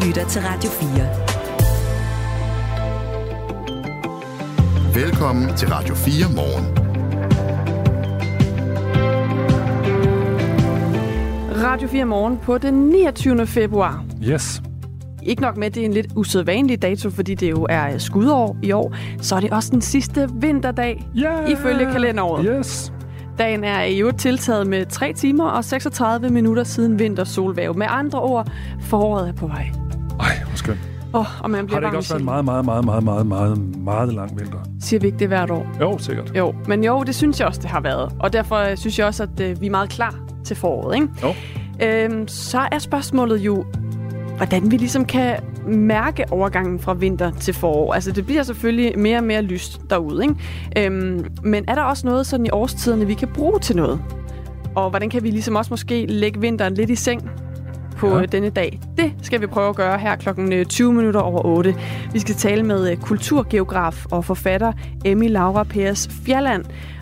lytter til Radio 4. Velkommen til Radio 4 morgen. Radio 4 morgen på den 29. februar. Yes. Ikke nok med, at det er en lidt usædvanlig dato, fordi det jo er skudår i år, så er det også den sidste vinterdag ifølge kalenderåret. Yes. Dagen er i øvrigt tiltaget med 3 timer og 36 minutter siden vintersolvæv. Med andre ord, foråret er på vej. Ej, hvor skønt. Og man bliver har det ikke også været en meget lang vinter? Siger vi ikke det hvert år? Jo, sikkert. Jo, men jo, det synes jeg også, det har været. Og derfor synes jeg også, at vi er meget klar til foråret, ikke? Jo. Så er spørgsmålet jo, hvordan vi ligesom kan mærke overgangen fra vinter til forår. Altså, det bliver selvfølgelig mere og mere lyst derude, ikke? Men er der også noget sådan i årstiderne, vi kan bruge til noget? Og hvordan kan vi ligesom også måske lægge vinteren lidt i seng på denne dag? Det skal vi prøve at gøre her klokken 20 minutter over 8. Vi skal tale med kulturgeograf og forfatter Emmy Laura Pers Fjelland.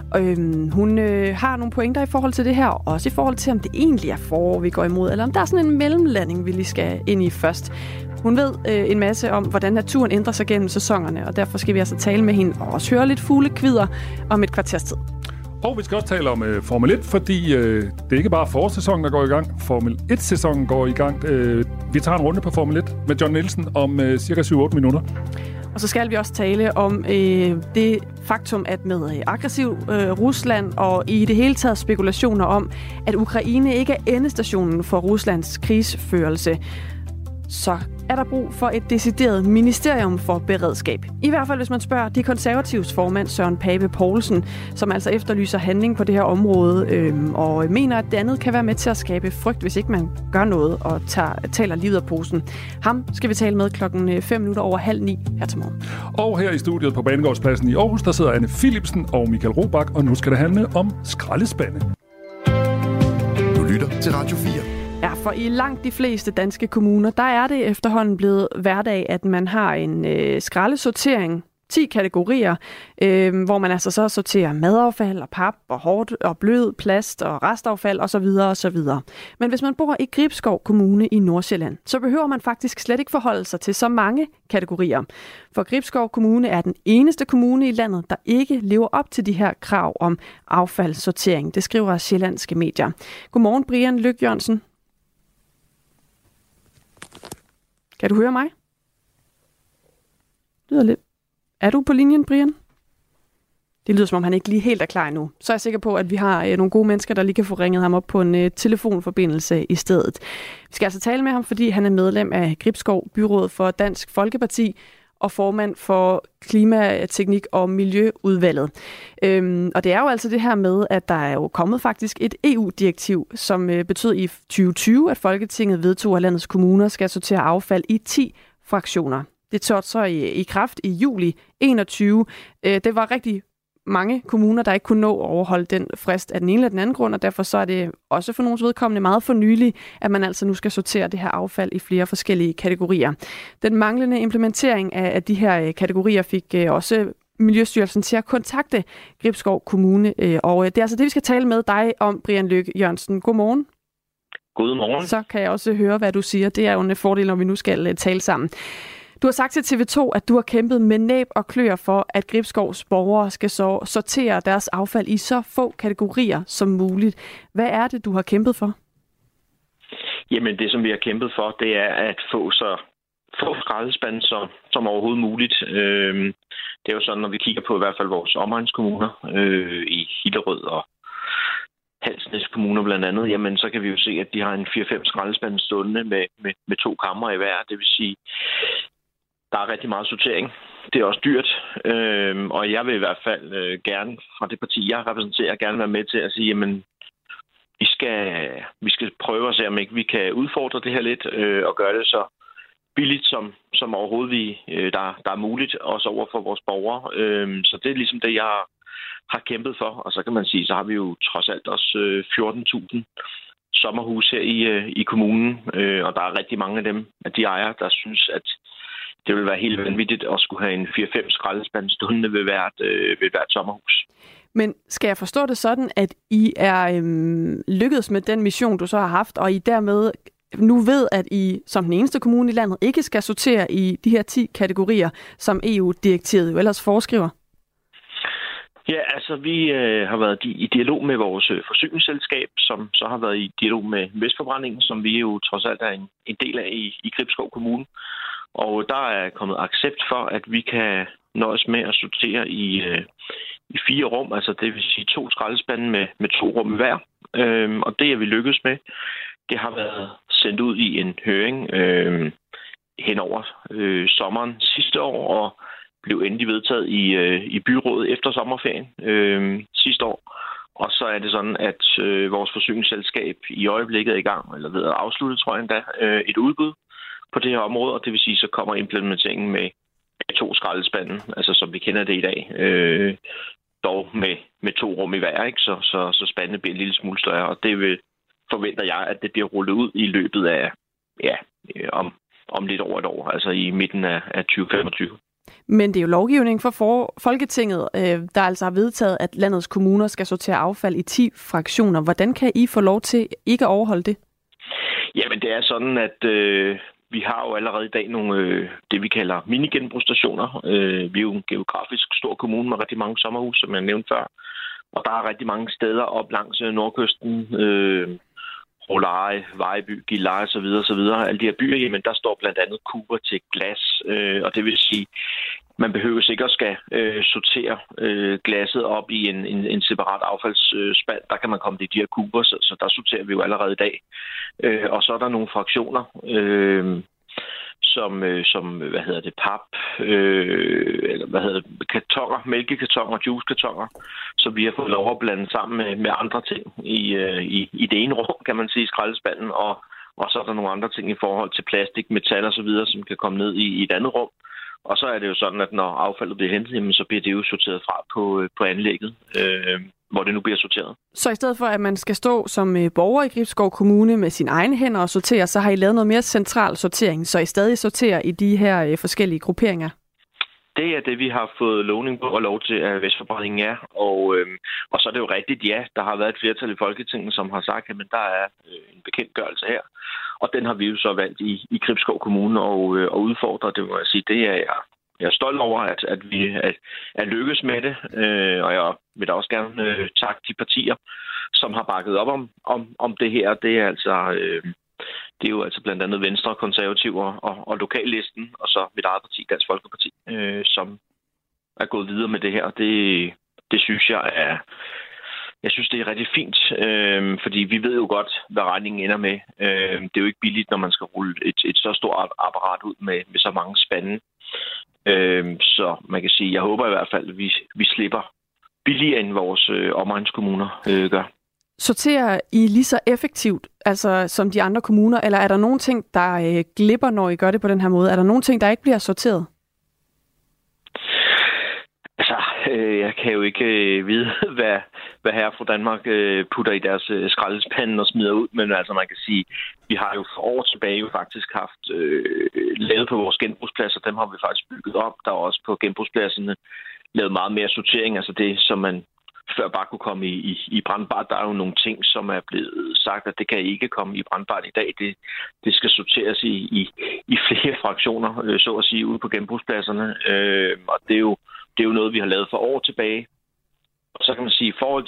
Hun har nogle pointer i forhold til det her, og også i forhold til, om det egentlig er forår, vi går imod, eller om der er sådan en mellemlanding, vi lige skal ind i først. Hun ved en masse om, hvordan naturen ændrer sig gennem sæsonerne, og derfor skal vi altså tale med hende og også høre lidt fuglekvidder om et kvarters tid. Og vi skal også tale om Formel 1, fordi det er ikke bare forårssæsonen, der går i gang. Formel 1-sæsonen går i gang. Vi tager en runde på Formel 1 med John Nielsen om cirka 7-8 minutter. Og så skal vi også tale om det faktum, at med aggressiv Rusland og i det hele taget spekulationer om, at Ukraine ikke er endestationen for Ruslands krigsførelse, så er der brug for et decideret ministerium for beredskab. I hvert fald, hvis man spørger de konservatives formand Søren Pape Poulsen, som altså efterlyser handling på det her område, og mener, at det andet kan være med til at skabe frygt, hvis ikke man gør noget og taler livet af posen. Ham skal vi tale med klokken 5 minutter over 8:30 her til morgen. Og her i studiet på Banegårdspladsen i Aarhus, der sidder Anne Philipsen og Michael Robach, og nu skal det handle om skraldespande. Du lytter til Radio 4. Ja, for i langt de fleste danske kommuner, der er det efterhånden blevet hverdag, at man har en skraldesortering, 10 kategorier, hvor man altså så sorterer madaffald og pap og hårdt og blød plast og restaffald osv. osv. Men hvis man bor i Gribskov Kommune i Nordsjælland, så behøver man faktisk slet ikke forholde sig til så mange kategorier. For Gribskov Kommune er den eneste kommune i landet, der ikke lever op til de her krav om affaldssortering. Det skriver sjællandske medier. Godmorgen, Brian Lyk Jørgensen. Kan du høre mig? Det lyder lidt. Er du på linjen, Brian? Det lyder, som om han ikke lige helt er klar endnu. Så er jeg sikker på, at vi har nogle gode mennesker, der lige kan få ringet ham op på en telefonforbindelse i stedet. Vi skal altså tale med ham, fordi han er medlem af Gribskov Byråd for Dansk Folkeparti og formand for Klimateknik- og Miljøudvalget. Og det er jo altså det her med, at der er jo kommet faktisk et EU-direktiv, som betød i 2020, at Folketinget vedtog, at landets kommuner skal sortere affald i 10 fraktioner. Det trådte så i kraft i juli 21. Det var rigtig mange kommuner, der ikke kunne nå at overholde den frist af den ene eller den anden grund, og derfor så er det også for nogens vedkommende meget for nylig, at man altså nu skal sortere det her affald i flere forskellige kategorier. Den manglende implementering af de her kategorier fik også Miljøstyrelsen til at kontakte Gribskov Kommune, og det er altså det, vi skal tale med dig om, Brian Lyk Jørgensen. Godmorgen. Godmorgen. Så kan jeg også høre, hvad du siger. Det er jo en fordel, når vi nu skal tale sammen. Du har sagt til TV2, at du har kæmpet med næb og kløer for, at Gribskovs borgere skal sortere deres affald i så få kategorier som muligt. Hvad er det, du har kæmpet for? Jamen, det som vi har kæmpet for, det er at få så få skraldespande som overhovedet muligt. Det er jo sådan, når vi kigger på i hvert fald vores omegnskommuner i Hillerød og Halsnæs kommuner blandt andet, jamen så kan vi jo se, at de har en 4-5 skraldespande stående med 2 kamre i hver. Det vil sige, der er rigtig meget sortering. Det er også dyrt, og jeg vil i hvert fald gerne fra det parti, jeg repræsenterer, gerne være med til at sige, jamen vi skal prøve at se, om ikke vi kan udfordre det her lidt og gøre det så billigt som overhovedet der er muligt, også over for vores borgere. Så det er ligesom det, jeg har kæmpet for, og så kan man sige, så har vi jo trods alt også 14.000 sommerhus her i kommunen, og der er rigtig mange af dem, af de ejere, der synes, at det vil være helt vanvittigt at skulle have en 4-5 skraldespande stående ved hvert sommerhus. Men skal jeg forstå det sådan, at I er lykkedes med den mission, du så har haft, og I dermed nu ved, at I som den eneste kommune i landet ikke skal sortere i de her 10 kategorier, som EU-direktivet jo ellers foreskriver? Ja, altså vi har været i dialog med vores forsyningsselskab, som så har været i dialog med Vestforbrændingen, som vi jo trods alt er en del af i Gribskov Kommune. Og der er kommet accept for, at vi kan nøjes med at sortere i 4 rum, altså det vil sige 2 skraldespande med 2 rum i hver. Og det er vi lykkedes med. Det har været sendt ud i en høring hen over sommeren sidste år, og blev endelig vedtaget i byrådet efter sommerferien sidste år. Og så er det sådan, at vores forsyningsselskab i øjeblikket er i gang, eller ved at afslutte, tror jeg endda, et udbud på det her område, og det vil sige, så kommer implementeringen med 2 skraldespande, altså som vi kender det i dag, dog med 2 rum i hver, ikke? Så spandene bliver en lille smule større, og det forventer jeg, at det bliver rullet ud i løbet af, om lidt over et år, altså i midten af 2025. Men det er jo lovgivning for Folketinget, der altså har vedtaget, at landets kommuner skal sortere affald i 10 fraktioner. Hvordan kan I få lov til ikke at overholde det? Jamen, det er sådan, at vi har jo allerede i dag nogle, det vi kalder mini-genbrugsstationer. Vi er jo en geografisk stor kommune med rigtig mange sommerhuse, som jeg nævnte før. Og der er rigtig mange steder op langs nordkysten, Råleje, Vejby, Gilleleje osv. Alle de her byer, jamen der står blandt andet kuber til glas, og det vil sige, man behøver sikkert skal sortere glasset op i en separat affaldsspand. Der kan man komme til de her kuber, så der sorterer vi jo allerede i dag. Og så er der nogle fraktioner, som pap, kartoner, mælkekartoner, juicekartoner, som vi har fået lov at blande sammen med andre ting i det ene rum, kan man sige, i skraldespanden, og så er der nogle andre ting i forhold til plastik, metal og så videre, som kan komme ned i et andet rum. Og så er det jo sådan, at når affaldet bliver hentet, så bliver det jo sorteret fra på anlægget, hvor det nu bliver sorteret. Så i stedet for, at man skal stå som borger i Gribskov Kommune med sine egne hænder og sortere, så har I lavet noget mere central sortering, så I stadig sorterer i de her forskellige grupperinger? Det er det, vi har fået lovning på og lov til, at Vestforbrændingen er. Og så er det jo rigtigt, ja, der har været et flertal i Folketinget, som har sagt, at der er en bekendtgørelse her. Og den har vi jo så valgt i Gribskov Kommune og udfordre. Det må jeg sige, det er jeg er stolt over, at vi er lykkes med det. Og jeg vil da også gerne takke de partier, som har bakket op om det her. Det er jo altså blandt andet Venstre, Konservativer og Lokallisten, og så mit eget parti, Dansk Folkeparti, som er gået videre med det her. Det synes jeg synes, det er rigtig fint, fordi vi ved jo godt, hvad regningen ender med. Det er jo ikke billigt, når man skal rulle et så stort apparat ud med så mange spande. Så man kan sige, jeg håber i hvert fald, at vi slipper billigere, end vores omegnskommuner gør. Sorterer I lige så effektivt, altså som de andre kommuner, eller er der nogle ting, der glipper, når I gør det på den her måde? Er der nogle ting, der ikke bliver sorteret? Altså, jeg kan jo ikke vide, hvad her fra Danmark putter i deres skraldespande og smider ud, men altså man kan sige, vi har jo for år tilbage jo faktisk haft lavet på vores genbrugspladser, dem har vi faktisk bygget op. Der er også på genbrugspladserne lavet meget mere sortering, altså det, som man før bare kunne komme i brandbart. Der er jo nogle ting, som er blevet sagt, at det kan ikke komme i brandbart i dag. Det skal sorteres i flere fraktioner, så at sige, ude på genbrugspladserne. Og det er jo noget, vi har lavet for år tilbage. Og så kan man sige, i forhold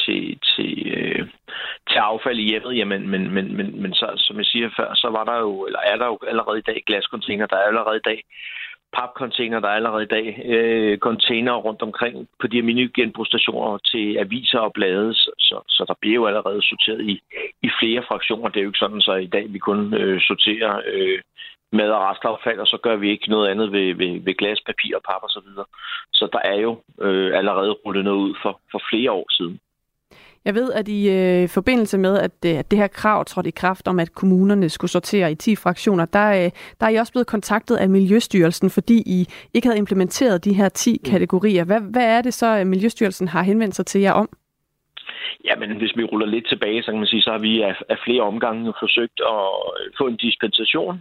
til affald i hjemmet, jamen, men så, som jeg siger før, så var der jo, eller er der jo allerede i dag glascontainer, der er allerede i dag papcontainer, der er allerede i dag container rundt omkring på de her mini-genbrugsstationer til aviser og blade, så der bliver jo allerede sorteret i flere fraktioner. Det er jo ikke sådan, så i dag vi kun sorterer mad- og restaffald, og så gør vi ikke noget andet ved glas, papir og pap og så videre. Så der er jo allerede rullet noget ud for flere år siden. Jeg ved, at i forbindelse med, at det her krav trådte i kraft om, at kommunerne skulle sortere i 10 fraktioner, der er I også blevet kontaktet af Miljøstyrelsen, fordi I ikke havde implementeret de her 10 kategorier. Hvad er det så, at Miljøstyrelsen har henvendt sig til jer om? Jamen, hvis vi ruller lidt tilbage, så kan man sige, så har vi af flere omgange forsøgt at få en dispensation.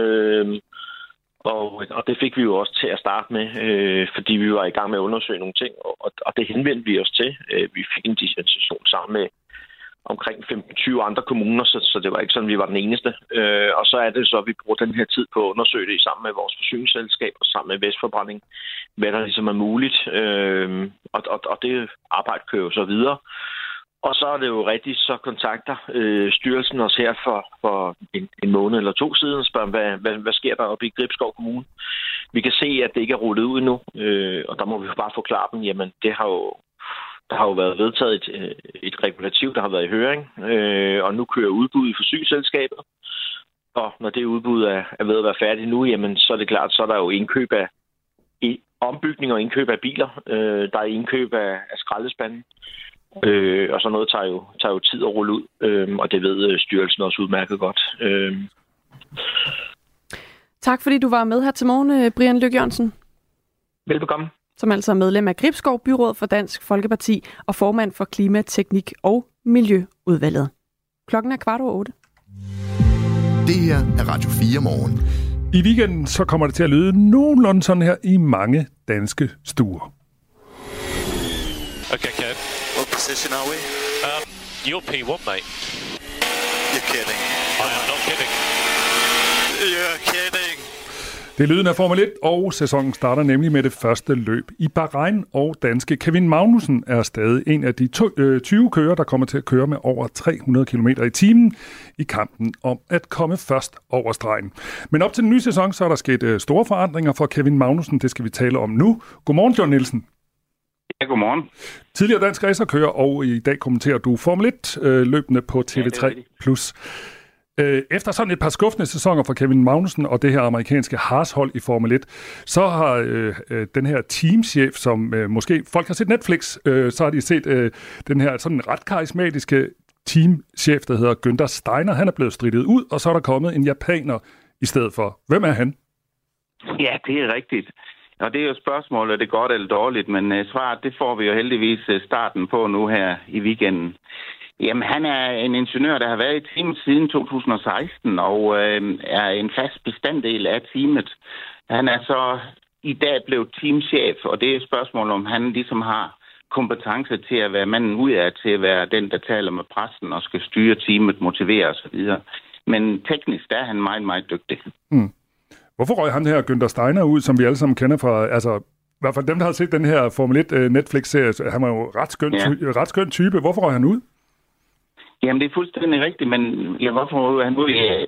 Og det fik vi jo også til at starte med, fordi vi var i gang med at undersøge nogle ting, og det henvendte vi os til. Vi fik en dispensation sammen omkring 15-20 andre kommuner, så det var ikke sådan, vi var den eneste. Og så er det så, at vi bruger den her tid på at undersøge det sammen med vores forsyningsselskab og sammen med Vestforbrænding, hvad der ligesom er muligt. Og det arbejde kører jo så videre. Og så er det jo rigtigt, så kontakter styrelsen os her for en måned eller 2 siden og spørger, hvad sker der oppe i Gribskov Kommune? Vi kan se, at det ikke er rullet ud endnu, og der må vi jo bare forklare dem, jamen der har jo været vedtaget et regulativ, der har været i høring, og nu kører udbud i forsyningsselskabet. Og når det udbud er ved at være færdigt nu, jamen så er det klart, så er der jo indkøb af ombygning og indkøb af biler. Der er indkøb af skraldespanden. Og sådan noget tager jo tid at rulle ud, og det ved styrelsen også udmærket godt. Tak fordi du var med her til morgen, Brian Lykke Jørgensen. Velbekomme. Som altså er medlem af Gribskov Byråd for Dansk Folkeparti og formand for Klima, Teknik og Miljøudvalget. Klokken er 7:15. Det her er Radio 4 morgen. I weekenden så kommer det til at lyde nogenlunde sådan her i mange danske stuer. Okay, Kev. What position are we? You're P1, mate. You're kidding. I am not kidding. You're kidding. Det er lyden af Formel 1, og sæsonen starter nemlig med det første løb i Bahrain, og danske Kevin Magnussen er stadig en af de 20 kører, der kommer til at køre med over 300 km i timen i kampen om at komme først over stregen. Men op til den nye sæson, så er der sket store forandringer for Kevin Magnussen. Det skal vi tale om nu. Godmorgen, John Nielsen. Ja, godmorgen. Tidligere dansk racerkører, og i dag kommenterer du Formel 1 løbende på TV3+. Efter sådan et par skuffende sæsoner for Kevin Magnussen og det her amerikanske Haas-hold i Formel 1, så har den her teamchef, som måske folk har set Netflix, så har de set den her sådan ret karismatiske teamchef, der hedder Günther Steiner. Han er blevet strittet ud, og så er der kommet en japaner i stedet for. Hvem er han? Ja, det er rigtigt. Og det er jo spørgsmålet, er det godt eller dårligt, men svaret, det får vi jo heldigvis starten på nu her i weekenden. Jamen, han er en ingeniør, der har været i teamet siden 2016, og er en fast bestanddel af teamet. Han er så i dag blevet teamchef, og det er et spørgsmål, om han ligesom har kompetence til at være manden ud af, til at være den, der taler med pressen og skal styre teamet, motivere osv. Men teknisk er han meget, meget dygtig. Hvorfor røg han her Günther Steiner ud, som vi alle sammen kender fra, altså i hvert fald dem, der har set den her Formel 1 Netflix-serie, han var jo ret skøn type. Hvorfor røg han ud? Jamen, det er fuldstændig rigtigt, men hvorfor røg han ud?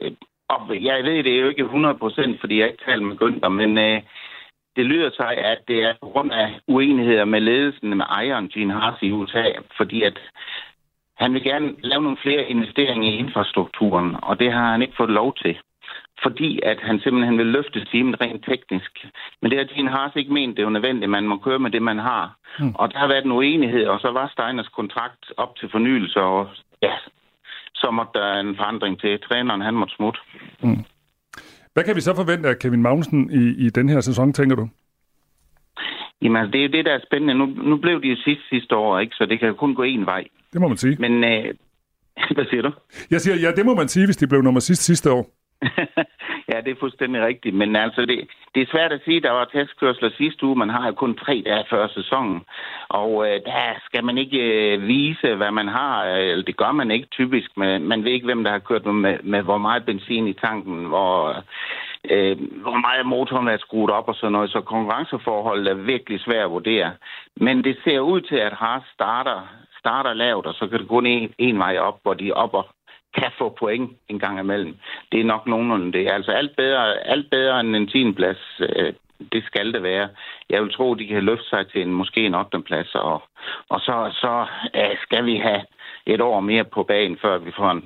Jeg ved, det er jo ikke 100%, fordi jeg ikke taler med Günther, men det lyder sig, at det er på grund af uenigheder med ledelsen med ejeren Gene Haas i USA, fordi at han vil gerne lave nogle flere investeringer i infrastrukturen, og det har han ikke fået lov til. Fordi at han simpelthen vil løfte teamet rent teknisk. Men det har Gene Haas ikke ment, det er jo nødvendigt, man må køre med det, man har. Og der har været en uenighed, og så var Steiners kontrakt op til fornyelse, og ja, så måtte der en forandring til. Træneren, han måtte smutte. Hvad kan vi så forvente af Kevin Magnussen i den her sæson, tænker du? Jamen, altså, det er jo det, der er spændende. Nu blev de jo sidste år, ikke? Så det kan jo kun gå én vej. Det må man sige. Men, hvad siger du? Jeg siger, ja, det må man sige, hvis de blev nummer sidste år. Ja, det er fuldstændig rigtigt. Men altså, det er svært at sige, der var testkørsler sidste uge. Man har jo kun 3 dage før sæsonen. Og der skal man ikke vise, hvad man har. Eller det gør man ikke typisk. Man ved ikke, hvem der har kørt med hvor meget benzin i tanken, hvor meget motoren er skruet op og sådan noget. Så konkurrenceforholdet er virkelig svært at vurdere. Men det ser ud til, at Haas starter lavt, og så kan det gå en vej op, hvor de op og kan få point en gang imellem. Det er nok nogenlunde det. Altså alt bedre end en 10. plads. Det skal det være. Jeg vil tro, de kan løfte sig til måske en 8. plads. Og så skal vi have et år mere på banen, før vi får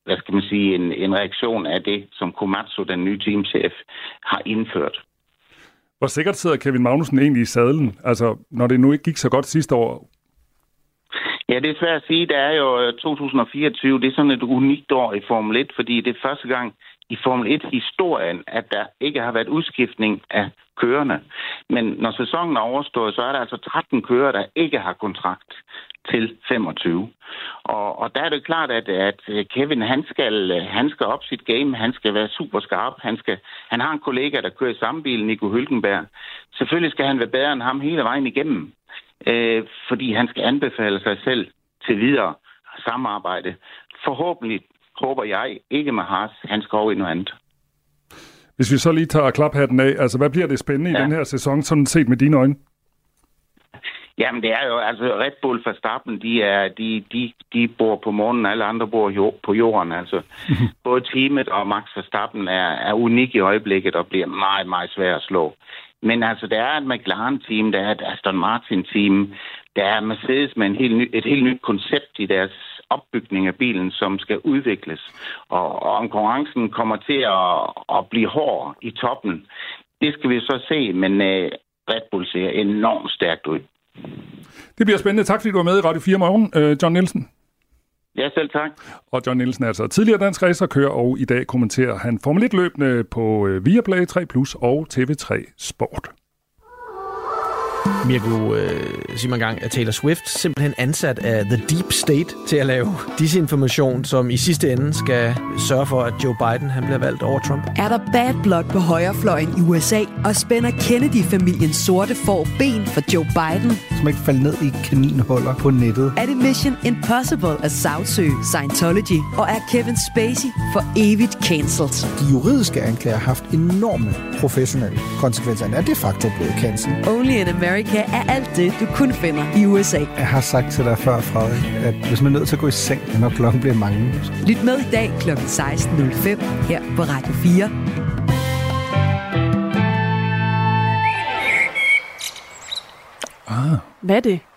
en reaktion af det, som Komatsu, den nye teamchef, har indført. Hvor sikkert sidder Kevin Magnussen egentlig i sadlen? Altså, når det nu ikke gik så godt sidste år? Ja, det er svært at sige. Der er jo 2024, det er sådan et unikt år i Formel 1, fordi det er første gang i Formel 1-historien, at der ikke har været udskiftning af kørerne. Men når sæsonen er overstået, så er der altså 13 kører, der ikke har kontrakt til 25. Og der er det klart, at Kevin, han skal op sit game, han skal være super skarp, han har en kollega, der kører i samme bil, Nico Hülkenberg. Selvfølgelig skal han være bedre end ham hele vejen igennem. Fordi han skal anbefale sig selv til videre samarbejde. Forhåbentlig, håber jeg, ikke med Haas. Han skal over i noget andet. Hvis vi så lige tager klaphatten af, altså hvad bliver det spændende i den her sæson, sådan set med dine øjne? Jamen det er jo, altså Red Bull Verstappen, de bor på månen, alle andre bor på jorden, altså. Både teamet og Max Verstappen er unik i øjeblikket og bliver meget, meget svært at slå. Men altså, der er et McLaren-team, der er et Aston Martin-team, der er Mercedes med et helt nyt koncept i deres opbygning af bilen, som skal udvikles. Og om konkurrencen kommer til at blive hård i toppen, det skal vi så se, men Red Bull ser enormt stærkt ud. Det bliver spændende. Tak fordi du var med i Radio 4 Morgen, John Nielsen. Ja, selv tak. Og John Nielsen er altså tidligere dansk racerkører, og i dag kommenterer han Formel 1-løbende på Viaplay 3+ og TV3 Sport. Mirko siger man gang, at Taylor Swift simpelthen ansat af The Deep State til at lave disinformation, som i sidste ende skal sørge for, at Joe Biden han bliver valgt over Trump. Er der bad blood på højrefløjen i USA, og spænder Kennedy-familiens sorte får ben for Joe Biden? Som ikke falder ned i kaninhuller på nettet. Er det Mission Impossible at sagsøge Scientology, og er Kevin Spacey for evigt cancelled? De juridiske anklager har haft enorme professionelle konsekvenser. Er det facto blevet cancelled? Only in America er alt det, du kun finder i USA. Jeg har sagt til dig før, Frederik, at hvis man er nødt til at gå i seng, når klokken bliver mange. Lyt med i dag kl. 16.05 her på Radio 4. Hvad er det?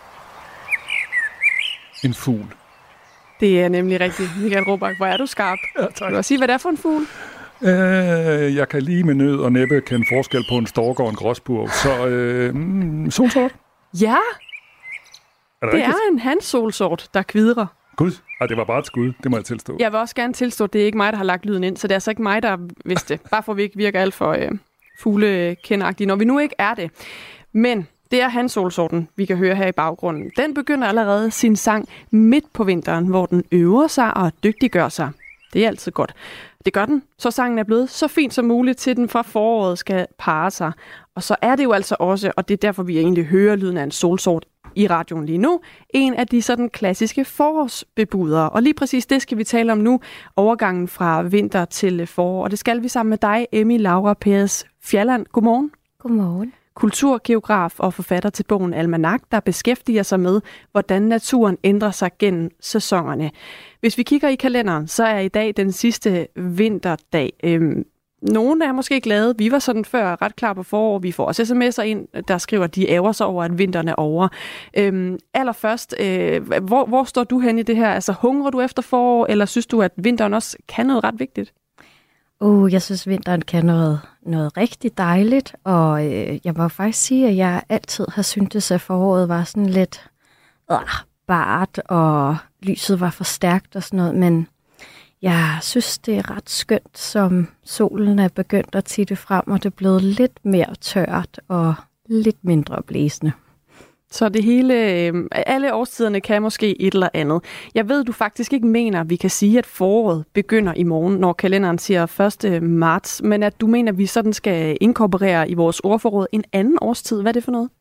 En fugl. Det er nemlig rigtigt. Michael Robach, hvor er du skarp? Ja, tak. Kan du sige, hvad det er for en fugl? Jeg kan lige med nød og næppe kende forskel på en stork og en gråspurv. Så solsort? Ja, det er en handsolsort, der kvidrer. Gud, det var bare et skud. Det må jeg tilstå. Jeg vil også gerne tilstå, at det er ikke mig, der har lagt lyden ind, så det er altså ikke mig, der vidste det. Bare for at vi ikke virker alt for fuglekenderagtige, når vi nu ikke er det. Men det er handsolsorten, vi kan høre her i baggrunden. Den begynder allerede sin sang midt på vinteren, hvor den øver sig og dygtiggør sig. Det er altid godt. Det gør den, så sangen er blevet så fint som muligt, til den fra foråret skal parre sig. Og så er det jo altså også, og det er derfor, vi egentlig hører lyden af en solsort i radioen lige nu, en af de sådan klassiske forårsbebudere. Og lige præcis det skal vi tale om nu, overgangen fra vinter til forår. Og det skal vi sammen med dig, Emmy Laura Pérez Fjalland. Godmorgen. Godmorgen. Kulturgeograf og forfatter til bogen Almanak, der beskæftiger sig med, hvordan naturen ændrer sig gennem sæsonerne. Hvis vi kigger i kalenderen, så er i dag den sidste vinterdag. Nogle er måske glade. Vi var sådan før ret klar på forår. Vi får også sms'er ind, der skriver, at de ærger sig over, at vinteren er over. Allerførst, hvor står du hen i det her? Altså, hungrer du efter forår, eller synes du, at vinteren også kan noget ret vigtigt? Jeg synes, vinteren kan noget rigtig dejligt, og jeg må faktisk sige, at jeg altid har syntes, at foråret var sådan lidt bart, og lyset var for stærkt og sådan noget, men jeg synes, det er ret skønt, som solen er begyndt at titte frem, og det er blevet lidt mere tørt og lidt mindre blæsende. Så det hele, alle årstiderne kan måske et eller andet. Jeg ved, du faktisk ikke mener, at vi kan sige, at foråret begynder i morgen, når kalenderen siger 1. marts, men at du mener, at vi sådan skal inkorporere i vores ordforråd en anden årstid. Hvad er det for noget?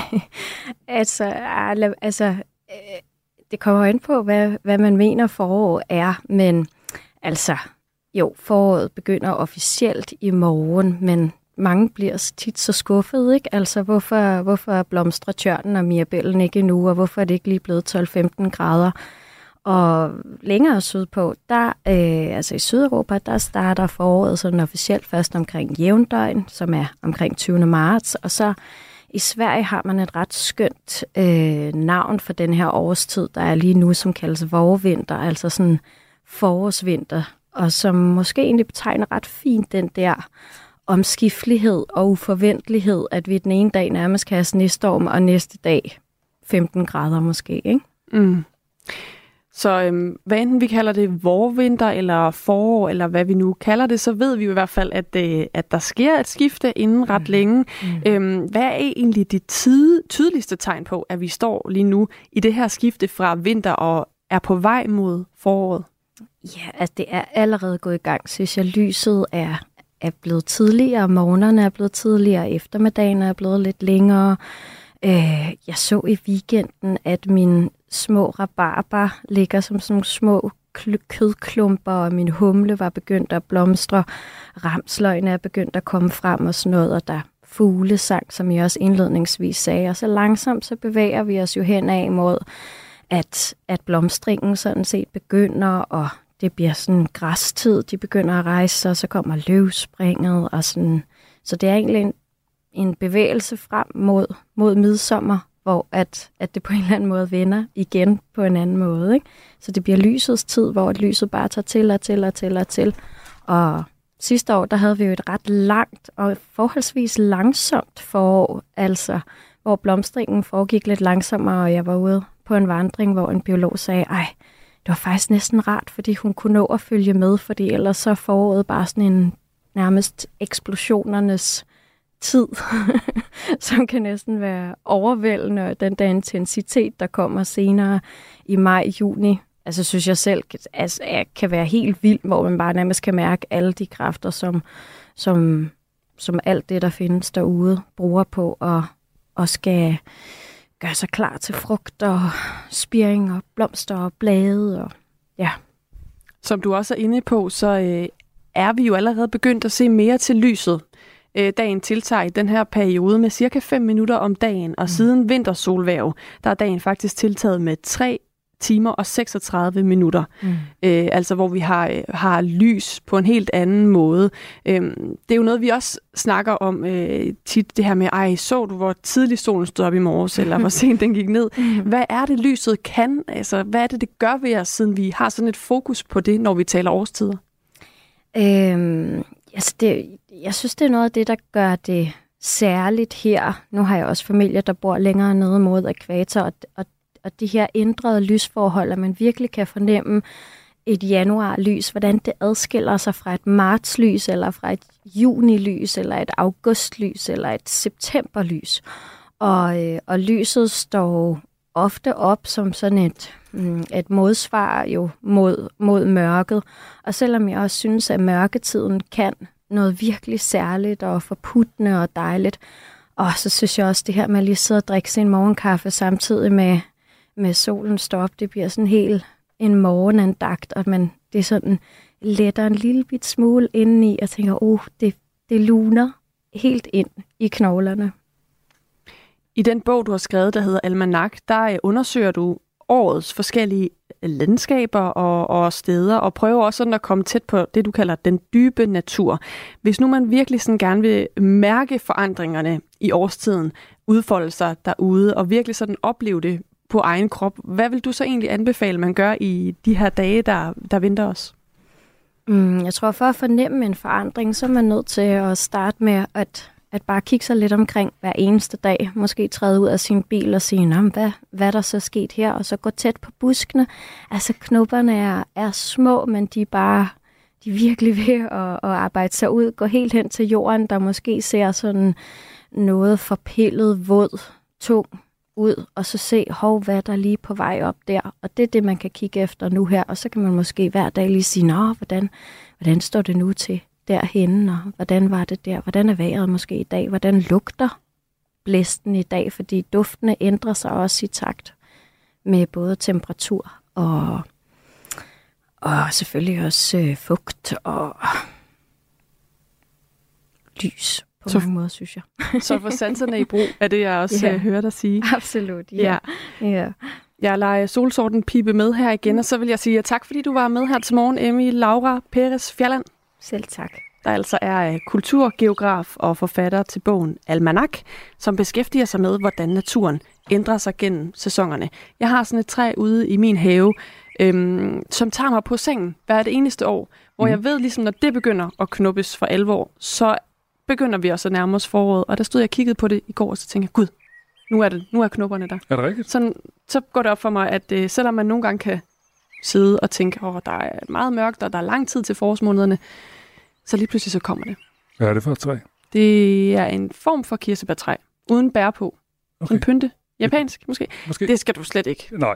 Det kommer ind på, hvad man mener forår er, men foråret begynder officielt i morgen, men mange bliver tit så skuffet, ikke? Altså, hvorfor blomstrer tjørnen og mirabellen ikke endnu, og hvorfor er det ikke lige blevet 12-15 grader? Og længere sydpå, i Sydeuropa, der starter foråret sådan officielt først omkring jævndøgn, som er omkring 20. marts, og så i Sverige har man et ret skønt navn for den her årstid, der er lige nu, som kaldes vårvinter, altså sådan forårsvinter, og som måske egentlig betegner ret fint den der omskiftelighed og uforventelighed, at vi den ene dag nærmest kan have snestorm, og næste dag 15 grader måske, ikke? Mm. Så hvad enten vi kalder det vårvinter eller forår, eller hvad vi nu kalder det, så ved vi jo i hvert fald, at der sker et skifte inden ret længe. Hvad er egentlig de tydeligste tegn på, at vi står lige nu i det her skifte fra vinter og er på vej mod foråret? Ja, altså det er allerede gået i gang, synes jeg. Lyset er blevet tidligere, morgenerne er blevet tidligere, eftermiddagen er blevet lidt længere. Jeg så i weekenden, at min små rabarber ligger som sådan nogle små kødklumper, og min humle var begyndt at blomstre. Ramsløgene er begyndt at komme frem og sådan noget, og der fuglesang, som jeg også indledningsvis sagde. Og så langsomt så bevæger vi os jo henad mod, at blomstringen sådan set begynder, og det bliver sådan græstid, de begynder at rejse sig, og så kommer løvspringet, og sådan. Så det er egentlig en bevægelse frem mod midsommer, hvor at det på en eller anden måde vender igen på en anden måde. Ikke? Så det bliver lysets tid, hvor lyset bare tager til. Og sidste år, der havde vi jo et ret langt og forholdsvis langsomt forår, altså hvor blomstringen foregik lidt langsommere, og jeg var ude på en vandring, hvor en biolog sagde, det var faktisk næsten rart, fordi hun kunne nå at følge med, fordi ellers så foråret bare sådan en nærmest eksplosionernes tid, som kan næsten være overvældende, den der intensitet, der kommer senere i maj-juni. Altså synes jeg selv kan være helt vild, hvor man bare nærmest kan mærke alle de kræfter, som alt det, der findes derude, bruger på og skal gøre sig klar til frugt og spiring og blomster og blade. Og, ja. Som du også er inde på, så er vi jo allerede begyndt at se mere til lyset. Dagen tiltager i den her periode med cirka 5 minutter om dagen, og siden vintersolværv, der er dagen faktisk tiltaget med 3 timer og 36 minutter. Altså hvor vi har lys på en helt anden måde. Det er jo noget, vi også snakker om tit, det her med, så du, hvor tidligt solen stod op i morges, eller hvor sent den gik ned. Hvad er det, lyset kan? Altså, hvad er det gør ved os, siden vi har sådan et fokus på det, når vi taler årstider? Jeg synes, det er noget af det, der gør det særligt her. Nu har jeg også familie, der bor længere nede mod ækvator, og de her ændrede lysforhold, at man virkelig kan fornemme et januarlys, hvordan det adskiller sig fra et martslys, eller fra et junilys, eller et augustlys, eller et septemberlys. Og lyset står ofte op som sådan et modsvar jo mod mørket. Og selvom jeg også synes, at mørketiden kan noget virkelig særligt og forputtende og dejligt, og så synes jeg også, det her med at lige sidde og drikke sin morgenkaffe samtidig med solen står op, det bliver sådan helt en morgenandagt, og det er sådan letter en lille bit smule indeni, og tænker, det luner helt ind i knoglerne. I den bog, du har skrevet, der hedder Almanak, der undersøger du årets forskellige landskaber og steder, og prøver også sådan at komme tæt på det, du kalder den dybe natur. Hvis nu man virkelig sådan gerne vil mærke forandringerne i årstiden, udfolde sig derude, og virkelig sådan opleve det på egen krop, hvad vil du så egentlig anbefale, man gør i de her dage, der venter os? Jeg tror, for at fornemme en forandring, så er man nødt til at starte med at bare kigge sig lidt omkring hver eneste dag. Måske træde ud af sin bil og sige, hvad der så sket her? Og så gå tæt på buskene. Altså knopperne er små, men de er virkelig ved at arbejde sig ud. Gå helt hen til jorden, der måske ser sådan noget forpillet, våd, tung ud. Og så se, hvad der er lige på vej op der. Og det er det, man kan kigge efter nu her. Og så kan man måske hver dag lige sige, hvordan står det nu til derhenne, og hvordan var det der? Hvordan er vejret måske i dag? Hvordan lugter blæsten i dag? Fordi duftene ændrer sig også i takt med både temperatur og selvfølgelig også fugt og lys på mange måder, synes jeg. Så for sanserne i brug er det, jeg også hører dig sige. Absolut, ja. Jeg lader solsorten pipe med her igen, og så vil jeg sige tak, fordi du var med her til morgen, Emmy Laura Perez Fjalland. Selv tak. Der altså er kulturgeograf og forfatter til bogen Almanak, som beskæftiger sig med, hvordan naturen ændrer sig gennem sæsonerne. Jeg har sådan et træ ude i min have, som tager mig på sengen hver det eneste år, hvor jeg ved, ligesom når det begynder at knuppes for alvor, så begynder vi også at nærme os foråret. Og der stod jeg og kiggede på det i går, og så tænkte jeg, gud, nu er knopperne der. Er det rigtigt? Så går det op for mig, at selvom man nogle gange kan sidde og tænke, der er meget mørkt, og der er lang tid til forårsmånederne, så lige pludselig så kommer det. Hvad er det for et træ? Det er en form for kirsebærtræ, uden bær på. Okay. En pynte. Japansk, måske. Det skal du slet ikke. Nej.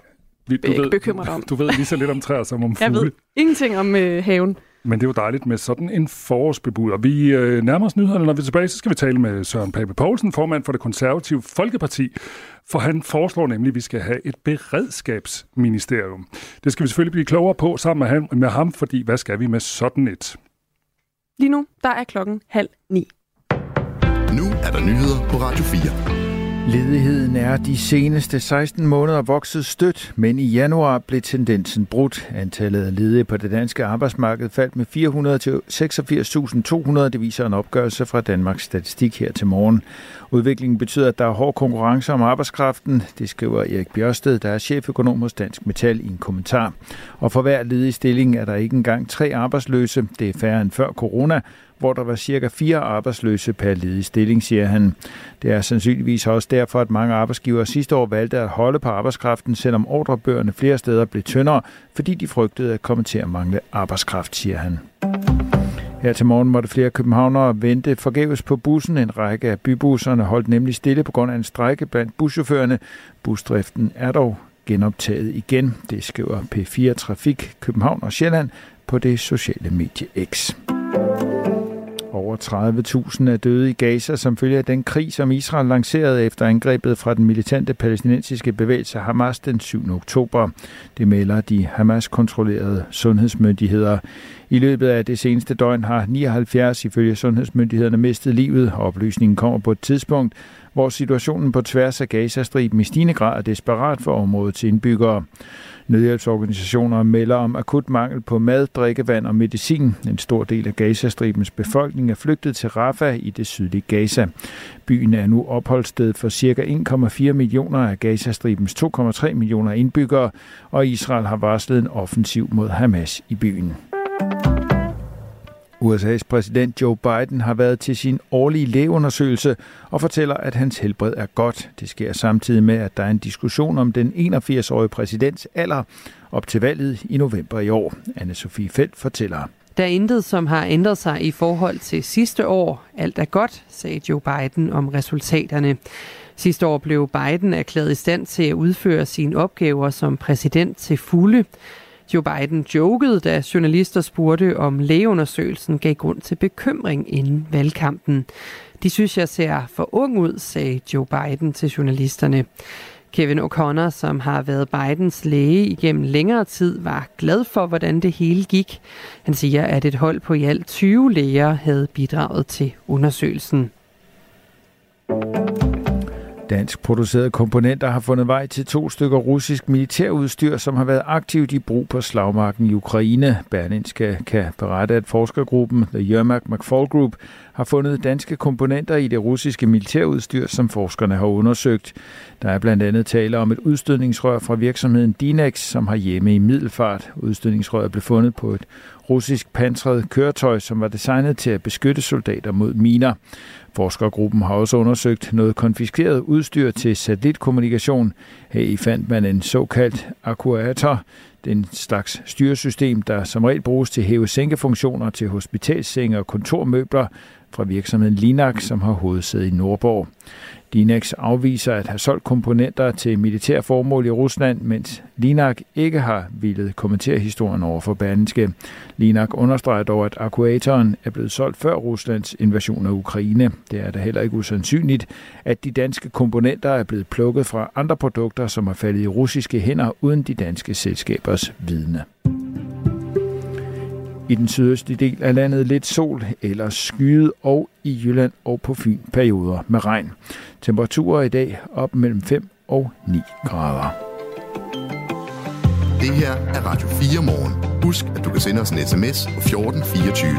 bekymre dig om. Du ved lige så lidt om træer som om fugle. Jeg ved ingenting om haven. Men det er jo dejligt med sådan en forårsbebud. Og vi nærmer os nyhederne, når vi er tilbage, så skal vi tale med Søren Pape Poulsen, formand for Det Konservative Folkeparti. For han foreslår nemlig, at vi skal have et beredskabsministerium. Det skal vi selvfølgelig blive klogere på sammen med ham, fordi hvad skal vi med sådan et? Lige nu, der er klokken 8:30. Nu er der nyheder på Radio 4. Ledigheden er de seneste 16 måneder vokset stødt, men i januar blev tendensen brudt. Antallet af ledige på det danske arbejdsmarked faldt med 400 til 86.200, det viser en opgørelse fra Danmarks Statistik her til morgen. Udviklingen betyder, at der er hård konkurrence om arbejdskraften, det skriver Erik Bjørsted, der er cheføkonom hos Dansk Metal i en kommentar. Og for hver ledig stilling er der ikke engang 3 arbejdsløse, det er færre end før corona, hvor der var cirka 4 arbejdsløse per ledig stilling, siger han. Det er sandsynligvis også derfor, at mange arbejdsgivere sidste år valgte at holde på arbejdskraften, selvom ordrebøgerne flere steder blev tyndere, fordi de frygtede at komme til at mangle arbejdskraft, siger han. Her til morgen måtte flere københavnere vente forgæves på bussen. En række af bybusserne holdt nemlig stille på grund af en strejke blandt buschaufførerne. Busdriften er dog genoptaget igen. Det skriver P4 Trafik, København og Sjælland på det sociale medie X. Over 30.000 er døde i Gaza som følge af den krig, som Israel lancerede efter angrebet fra den militante palæstinensiske bevægelse Hamas den 7. oktober. Det melder de Hamas-kontrollerede sundhedsmyndigheder. I løbet af det seneste døgn har 79 ifølge sundhedsmyndighederne mistet livet, og oplysningen kommer på et tidspunkt, hvor situationen på tværs af Gazastriben i stigende grad er desperat for områdets indbyggere. Nødhjælpsorganisationer melder om akut mangel på mad, drikkevand og medicin. En stor del af Gazastribens befolkning er flygtet til Rafah i det sydlige Gaza. Byen er nu opholdssted for ca. 1,4 millioner af Gazastribens 2,3 millioner indbyggere, og Israel har varslet en offensiv mod Hamas i byen. USA's præsident Joe Biden har været til sin årlige lægeundersøgelse og fortæller, at hans helbred er godt. Det sker samtidig med, at der er en diskussion om den 81-årige præsidents alder op til valget i november i år. Anne-Sophie Feldt fortæller. Der er intet, som har ændret sig i forhold til sidste år. Alt er godt, sagde Joe Biden om resultaterne. Sidste år blev Biden erklæret i stand til at udføre sine opgaver som præsident til fulde. Joe Biden jokede, da journalister spurgte, om lægeundersøgelsen gav grund til bekymring inden valgkampen. De synes, jeg ser for ung ud, sagde Joe Biden til journalisterne. Kevin O'Connor, som har været Bidens læge igennem længere tid, var glad for, hvordan det hele gik. Han siger, at et hold på i alt 20 læger havde bidraget til undersøgelsen. Dansk producerede komponenter har fundet vej til 2 stykker russisk militærudstyr, som har været aktivt i brug på slagmarken i Ukraine. Berlingske kan berette, at forskergruppen The Yermak McFall Group har fundet danske komponenter i det russiske militærudstyr, som forskerne har undersøgt. Der er blandt andet tale om et udstødningsrør fra virksomheden Dinex, som har hjemme i Middelfart. Udstødningsrøret blev fundet på et russisk pansret køretøj, som var designet til at beskytte soldater mod miner. Forskergruppen har også undersøgt noget konfiskeret udstyr til satellitkommunikation. Heri fandt man en såkaldt akkuator, den slags styresystem, der som regel bruges til hæve-sænke-funktioner til hospitalssenge og kontormøbler fra virksomheden Linak, som har hovedsæde i Nordborg. Dinex afviser at have solgt komponenter til militære formål i Rusland, mens Linak ikke har villet kommentere historien over for Berlingske. Linak understreger dog, at akkuatoren er blevet solgt før Ruslands invasion af Ukraine. Det er da heller ikke usandsynligt, at de danske komponenter er blevet plukket fra andre produkter, som er faldet i russiske hænder uden de danske selskabers vidne. I den sydøstlige del af landet lidt sol eller skyet, og i Jylland og på Fyn perioder med regn. Temperaturer i dag op mellem 5 og 9 grader. Det her er Radio 4 morgen. Husk, at du kan sende os en sms på 1424.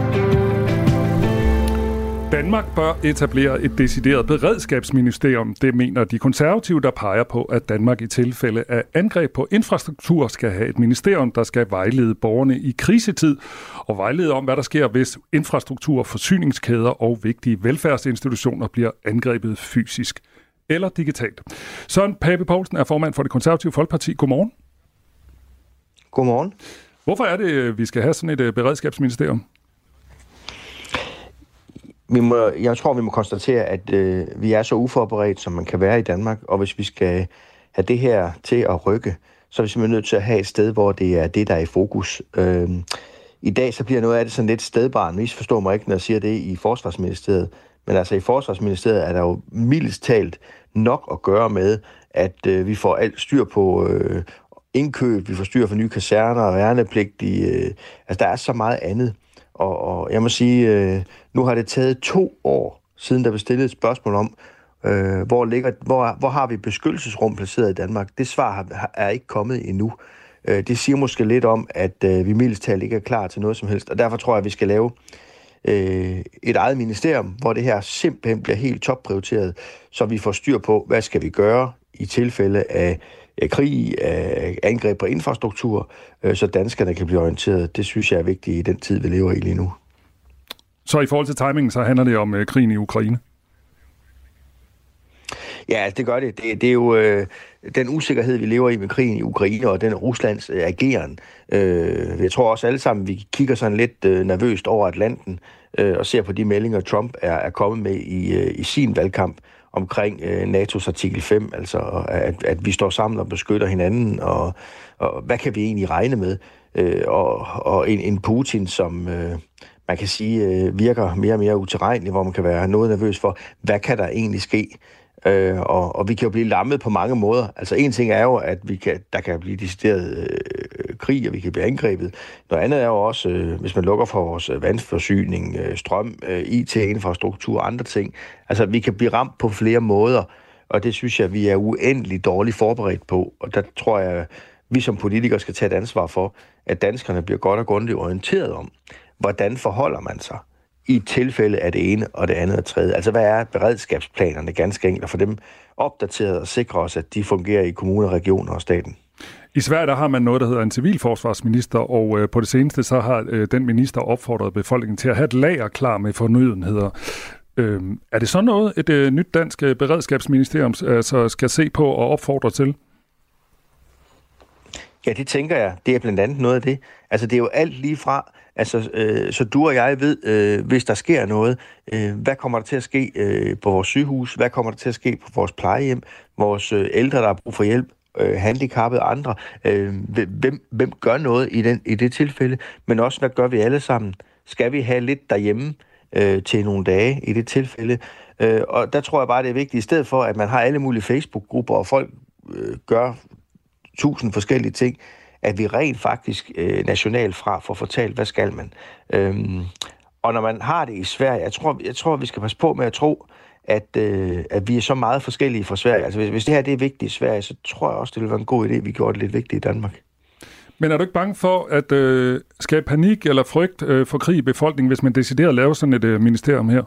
Danmark bør etablere et decideret beredskabsministerium. Det mener de konservative, der peger på, at Danmark i tilfælde af angreb på infrastruktur skal have et ministerium, der skal vejlede borgerne i krisetid og vejlede om, hvad der sker, hvis infrastruktur, forsyningskæder og vigtige velfærdsinstitutioner bliver angrebet fysisk eller digitalt. Søren Pape Poulsen er formand for Det Konservative Folkeparti. Godmorgen. Godmorgen. Hvorfor er det, vi skal have sådan et beredskabsministerium? Jeg tror, vi må konstatere, at vi er så uforberedt, som man kan være i Danmark, og hvis vi skal have det her til at rykke, så er vi simpelthen nødt til at have et sted, hvor det er det, der er i fokus. I dag så bliver noget af det sådan lidt stedbarn. Vi forstår mig ikke, når jeg siger det i Forsvarsministeriet. Men altså i Forsvarsministeriet er der jo mildest talt nok at gøre med, at vi får alt styr på indkøb, vi får styr på nye kaserner og værnepligtige. Altså der er så meget andet. Og jeg må sige, nu har det taget 2 år, siden der blev stillet et spørgsmål om, hvor har vi beskyttelsesrum placeret i Danmark. Det svar er ikke kommet endnu. Det siger måske lidt om, at vi mildest talt ikke er klar til noget som helst. Og derfor tror jeg, at vi skal lave et eget ministerium, hvor det her simpelthen bliver helt topprioriteret, så vi får styr på, hvad skal vi gøre i tilfælde af krig, af angreb på infrastruktur, så danskerne kan blive orienteret. Det synes jeg er vigtigt i den tid, vi lever i lige nu. Så i forhold til timingen, så handler det om krigen i Ukraine? Ja, det gør det. Det er jo den usikkerhed, vi lever i med krigen i Ukraine og den Ruslands ageren. Jeg tror også alle sammen, vi kigger sådan lidt nervøst over Atlanten og ser på de meldinger, Trump er kommet med i sin valgkamp omkring NATO's artikel 5, altså at vi står sammen og beskytter hinanden, og hvad kan vi egentlig regne med? Og en Putin, som man kan sige virker mere og mere utilregnelig, hvor man kan være noget nervøs for, hvad kan der egentlig ske? Og vi kan jo blive lammet på mange måder. Altså en ting er jo, at der kan blive decideret krig, og vi kan blive angrebet. Noget andet er jo også, hvis man lukker for vores vandforsyning, strøm, IT-infrastruktur og andre ting. Altså vi kan blive ramt på flere måder, og det synes jeg, vi er uendeligt dårligt forberedt på. Og der tror jeg, vi som politikere skal tage et ansvar for, at danskerne bliver godt og grundigt orienteret om, hvordan forholder man sig i tilfælde af det ene og det andet og tredje. Altså, hvad er beredskabsplanerne ganske enkelt, og for dem opdateret og sikre os, at de fungerer i kommuner, regioner og staten? I Sverige der har man noget, der hedder en civilforsvarsminister, og på det seneste så har den minister opfordret befolkningen til at have et lager klar med fornødenheder. Er det sådan noget, et nyt dansk beredskabsministerium altså skal se på og opfordre til? Ja, det tænker jeg. Det er blandt andet noget af det. Altså, det er jo alt lige fra, altså, så du og jeg ved, hvis der sker noget, hvad kommer der til at ske på vores sygehus, hvad kommer der til at ske på vores plejehjem, vores ældre, der har brug for hjælp, handicappede andre, hvem gør noget i det tilfælde, men også, hvad gør vi alle sammen? Skal vi have lidt derhjemme til nogle dage i det tilfælde? Og der tror jeg bare, det er vigtigt, i stedet for, at man har alle mulige Facebook-grupper, og folk gør 1000 forskellige ting, at vi rent faktisk nationalt får fortalt, hvad skal man. Og når man har det i Sverige, jeg tror vi skal passe på med at tro, at vi er så meget forskellige fra Sverige. Altså hvis det her det er vigtigt i Sverige, så tror jeg også, det vil være en god idé, at vi gjorde det lidt vigtigt i Danmark. Men er du ikke bange for at skabe panik eller frygt for krig i befolkningen, hvis man deciderer at lave sådan et ministerium her?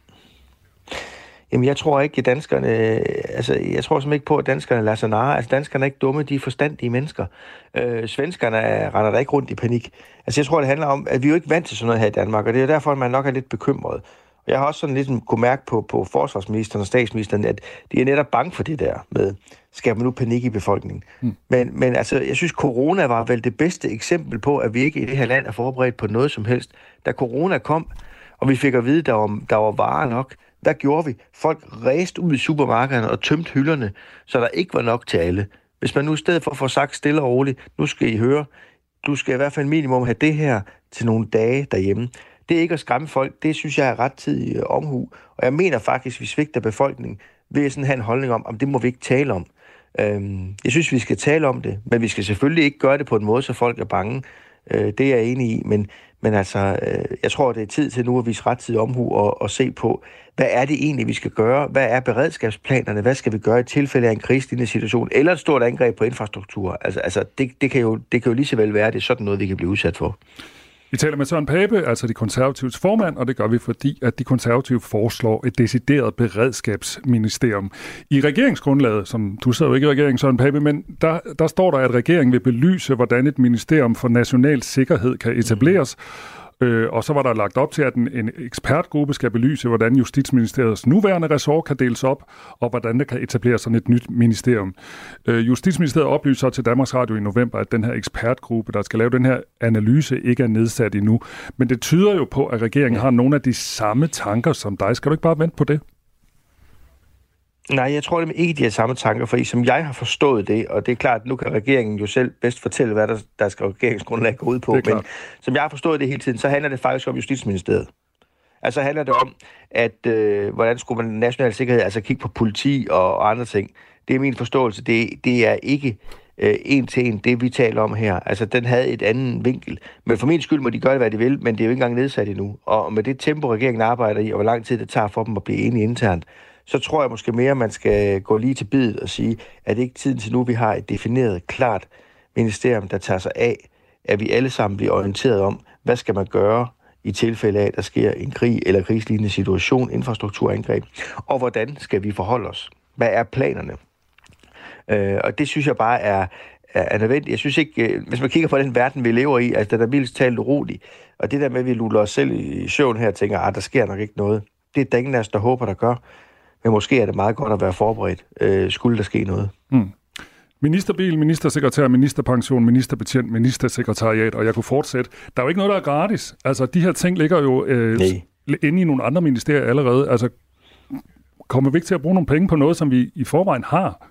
Jamen, jeg tror ikke, at danskerne... Altså, jeg tror simpelthen ikke på, at danskerne lader sig narre. Altså, danskerne er ikke dumme, de er forstandige mennesker. Svenskerne render der ikke rundt i panik. Altså, jeg tror, det handler om, at vi er jo ikke vant til sådan noget her i Danmark, og det er derfor, at man nok er lidt bekymret. Og jeg har også sådan lidt kunne mærke på forsvarsministeren og statsministeren, at de er netop bange for det der med, skaber nu panik i befolkningen. Men altså, jeg synes, corona var vel det bedste eksempel på, at vi ikke i det her land er forberedt på noget som helst. Da corona kom, og vi fik at vide, der var varer nok, hvad gjorde vi? Folk ræste ud i supermarkederne og tømte hylderne, så der ikke var nok til alle. Hvis man nu i stedet for får sagt stille og roligt, nu skal I høre, du skal i hvert fald minimum have det her til nogle dage derhjemme. Det er ikke at skræmme folk, det synes jeg er rettidig omhu. Og jeg mener faktisk, at vi svigter befolkningen ved at sådan have en holdning om det må vi ikke tale om. Jeg synes, vi skal tale om det, men vi skal selvfølgelig ikke gøre det på en måde, så folk er bange. Det er jeg enig i, men altså, jeg tror, det er tid til nu at vise rettidig omhu og se på, hvad er det egentlig, vi skal gøre? Hvad er beredskabsplanerne? Hvad skal vi gøre i tilfælde af en krigslignende situation? Eller et stort angreb på infrastruktur? Altså det kan jo lige så vel være, det er sådan noget, vi kan blive udsat for. Vi taler med Søren Pape, altså de konservatives formand, og det gør vi, fordi at de konservative foreslår et decideret beredskabsministerium. I regeringsgrundlaget, som du sidder jo ikke i regeringen, Søren Pape, men der står der, at regeringen vil belyse, hvordan et ministerium for national sikkerhed kan etableres. Og så var der lagt op til, at en ekspertgruppe skal belyse, hvordan Justitsministeriets nuværende ressort kan deles op, og hvordan der kan etableres sådan et nyt ministerium. Justitsministeriet oplyser til Danmarks Radio i november, at den her ekspertgruppe, der skal lave den her analyse, ikke er nedsat endnu. Men det tyder jo på, at regeringen har nogle af de samme tanker som dig. Skal du ikke bare vente på det? Nej, jeg tror ikke, de har samme tanker, for som jeg har forstået det, og det er klart, nu kan regeringen jo selv bedst fortælle, hvad der skal regeringsgrundlag gå ud på, men som jeg har forstået det hele tiden, så handler det faktisk om Justitsministeriet. Altså handler det om, at hvordan skulle man national sikkerhed, altså kigge på politi og andre ting. Det er min forståelse. Det er ikke en til en det, vi taler om her. Altså, den havde et andet vinkel. Men for min skyld må de gøre, hvad de vil, men det er jo ikke engang nedsat endnu. Og med det tempo, regeringen arbejder i, og hvor lang tid det tager for dem at blive enige internt, så tror jeg måske mere, man skal gå lige til bidet og sige, at det ikke tiden til nu, vi har et defineret, klart ministerium, der tager sig af, at vi alle sammen bliver orienteret om, hvad skal man gøre i tilfælde af, at der sker en krig eller krigslignende situation, infrastrukturangreb, og hvordan skal vi forholde os? Hvad er planerne? Og det synes jeg bare er nødvendigt. Jeg synes ikke, hvis man kigger på den verden, vi lever i, altså den er mildest talt urolig, og det der med, at vi luller os selv i søvn her og tænker, der sker nok ikke noget. Det er der ingen af os, der håber, der gør. Men måske er det meget godt at være forberedt. Skulle der ske noget? Ministerbil, ministersekretær, ministerpension, ministerbetjent, ministersekretariat, og jeg kunne fortsætte. Der er jo ikke noget, der er gratis. Altså, de her ting ligger jo inde i nogle andre ministerier allerede. Altså, kommer vi ikke til at bruge nogle penge på noget, som vi i forvejen har?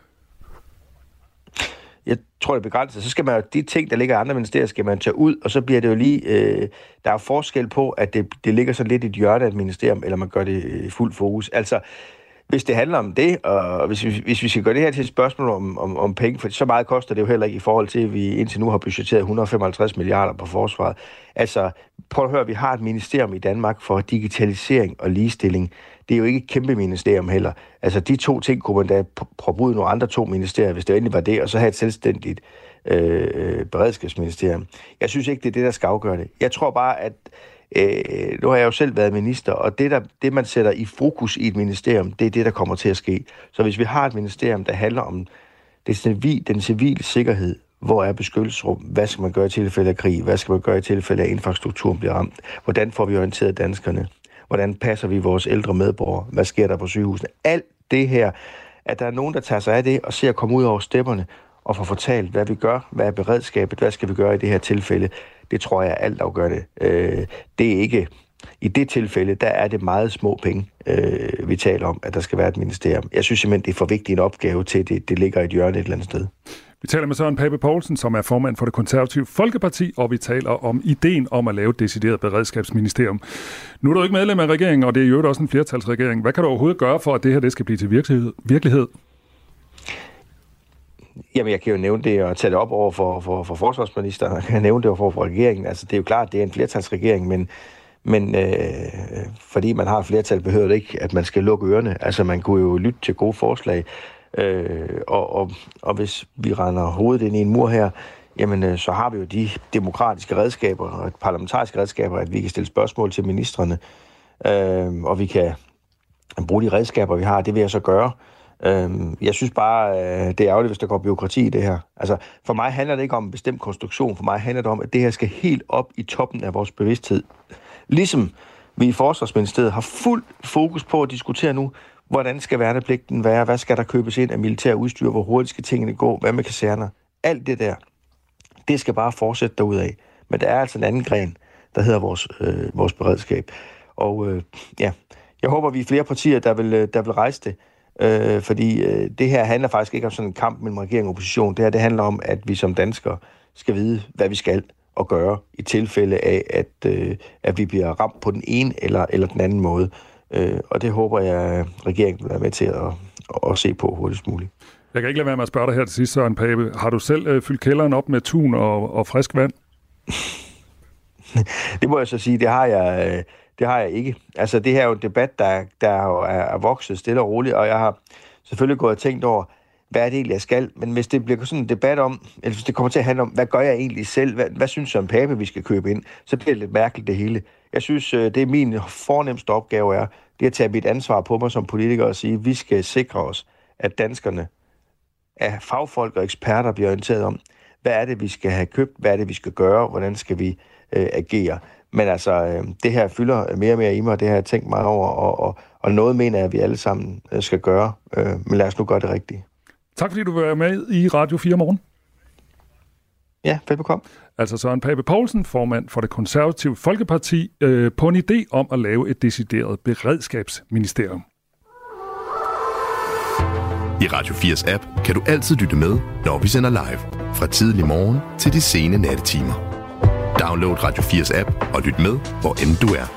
Jeg tror, det er begrænset. Så skal man jo, de ting, der ligger i andre ministerier, skal man tage ud, og så bliver det jo lige... der er jo forskel på, at det ligger så lidt i et hjørne af et ministerium, eller man gør det i fuld fokus. Altså, hvis det handler om det, og hvis vi skal gøre det her til et spørgsmål om penge, for så meget koster det jo heller ikke i forhold til, at vi indtil nu har budgetteret 155 milliarder på forsvaret. Altså, prøv at høre, vi har et ministerium i Danmark for digitalisering og ligestilling. Det er jo ikke et kæmpe ministerium heller. Altså, de to ting kunne man da proppe ud nogle andre to ministerier, hvis det endelig var det, og så have et selvstændigt beredskabsministerium. Jeg synes ikke, det er det, der skal afgøre det. Jeg tror bare, at nu har jeg jo selv været minister, og det, man sætter i fokus i et ministerium, det er det, der kommer til at ske. Så hvis vi har et ministerium, der handler om den civile sikkerhed, hvor er beskyttelsesrum, hvad skal man gøre i tilfælde af krig, hvad skal man gøre i tilfælde af infrastrukturen bliver ramt, hvordan får vi orienteret danskerne, hvordan passer vi vores ældre medborgere, hvad sker der på sygehusene, alt det her, at der er nogen, der tager sig af det og ser at komme ud over stepperne og få fortalt, hvad vi gør, hvad er beredskabet, hvad skal vi gøre i det her tilfælde. Det tror jeg er altafgørende. Det er ikke... I det tilfælde, der er det meget små penge, vi taler om, at der skal være et ministerium. Jeg synes simpelthen, det er for vigtig en opgave til, at det ligger i et hjørne et eller andet sted. Vi taler med Søren Pape Poulsen, som er formand for Det Konservative Folkeparti, og vi taler om ideen om at lave et decideret beredskabsministerium. Nu er du ikke medlem af regeringen, og det er jo også en flertalsregering. Hvad kan du overhovedet gøre for, at det her det skal blive til virkelighed? Jamen, jeg kan jo nævne det og tage det op over for forsvarsministeren, og kan nævne det over for regeringen. Altså, det er jo klart, det er en flertalsregering, men fordi man har et flertal, behøver det ikke, at man skal lukke ørerne. Altså, man kunne jo lytte til gode forslag, og hvis vi render hovedet ind i en mur her, jamen, så har vi jo de demokratiske redskaber og parlamentariske redskaber, at vi kan stille spørgsmål til ministrene, og vi kan bruge de redskaber, vi har. Det vil jeg så gøre. Jeg synes bare, det er ærgerligt, hvis der går bureaukrati i det her. Altså, for mig handler det ikke om en bestemt konstruktion. For mig handler det om, at det her skal helt op i toppen af vores bevidsthed. Ligesom vi i Forsvarsministeriet har fuld fokus på at diskutere nu, hvordan skal værnepligten være, hvad skal der købes ind af militær udstyr, hvor hurtigt skal tingene gå, hvad med kaserner. Alt det der, det skal bare fortsætte derudad. Men der er altså en anden gren, der hedder vores beredskab. Og jeg håber, vi er flere partier, der vil rejse det. Fordi det her handler faktisk ikke om sådan en kamp mellem regering og opposition. Det handler om, at vi som danskere skal vide, hvad vi skal og gøre i tilfælde af, at vi bliver ramt på den ene eller den anden måde. Og det håber jeg, at regeringen vil være med til at se på hurtigst muligt. Jeg kan ikke lade være med at spørge dig her til sidst, Søren Pape. Har du selv fyldt kælderen op med tun og frisk vand? Det må jeg så sige, det har jeg ikke. Altså, det her er jo en debat, der er vokset stille og roligt, og jeg har selvfølgelig gået og tænkt over, hvad er det egentlig, jeg skal? Men hvis det bliver sådan en debat om, eller hvis det kommer til at handle om, hvad gør jeg egentlig selv? Hvad synes Søren Pape, vi skal købe ind? Så bliver det lidt mærkeligt, det hele. Jeg synes, det er min fornemste opgave er, det er at tage mit ansvar på mig som politiker og sige, at vi skal sikre os, at danskerne af fagfolk og eksperter bliver orienteret om, hvad er det, vi skal have købt? Hvad er det, vi skal gøre? Hvordan skal vi agere? Men altså, det her fylder mere og mere i mig, og det har jeg tænkt meget over, og noget mener jeg, at vi alle sammen skal gøre. Men lad os nu gøre det rigtigt. Tak fordi du vil være med i Radio 4 morgen. Ja, velbekomme. Altså Søren Pape Poulsen, formand for Det Konservative Folkeparti, på en idé om at lave et decideret beredskabsministerium. I Radio 4's app kan du altid lytte med, når vi sender live. Fra tidlig morgen til de sene nattetimer. Download Radio 4's app og lyt med, hvor end du er.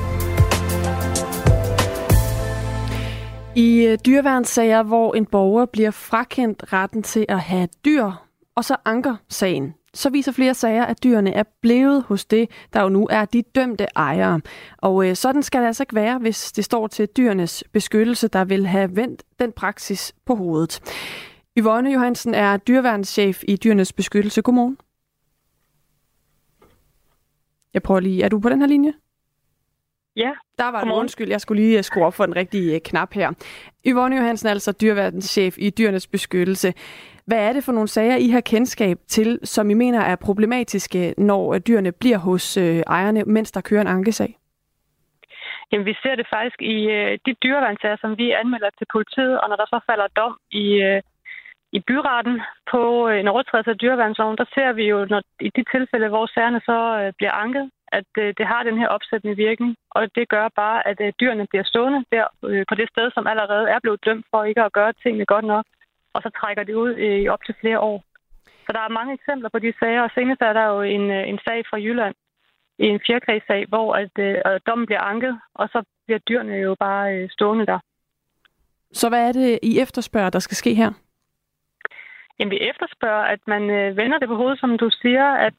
I dyreværnssager, hvor en borger bliver frakendt retten til at have dyr, og så anker sagen, så viser flere sager, at dyrene er blevet hos det, der jo nu er de dømte ejere. Og sådan skal det altså ikke være, hvis det står til dyrenes beskyttelse, der vil have vendt den praksis på hovedet. Yvonne Johansen er dyreværnschef i Dyrenes Beskyttelse. Godmorgen. Jeg prøver lige. Er du på den her linje? Ja. Der var det. Undskyld, jeg skulle lige skrue op for den rigtige knap her. Yvonne Johansen er altså dyreværnschef i Dyrenes Beskyttelse. Hvad er det for nogle sager, I har kendskab til, som I mener er problematiske, når dyrene bliver hos ejerne, mens der kører en ankesag? Jamen, vi ser det faktisk i de dyreværnssager, som vi anmelder til politiet, og når der så falder dom i byretten på en overtrædelse af dyreværnsloven, der ser vi jo, når i de tilfælde, hvor sagerne så bliver anket, at det har den her opsættende virkning, og det gør bare, at dyrene bliver stående der på det sted, som allerede er blevet dømt for ikke at gøre tingene godt nok, og så trækker det ud i op til flere år. Så der er mange eksempler på de sager, og senest er der jo en sag fra Jylland, i en fjerkræssag, hvor at dommen bliver anket, og så bliver dyrene jo bare stående der. Så hvad er det, I efterspørger, der skal ske her? Jamen, vi efterspørger, at man vender det på hovedet, som du siger, at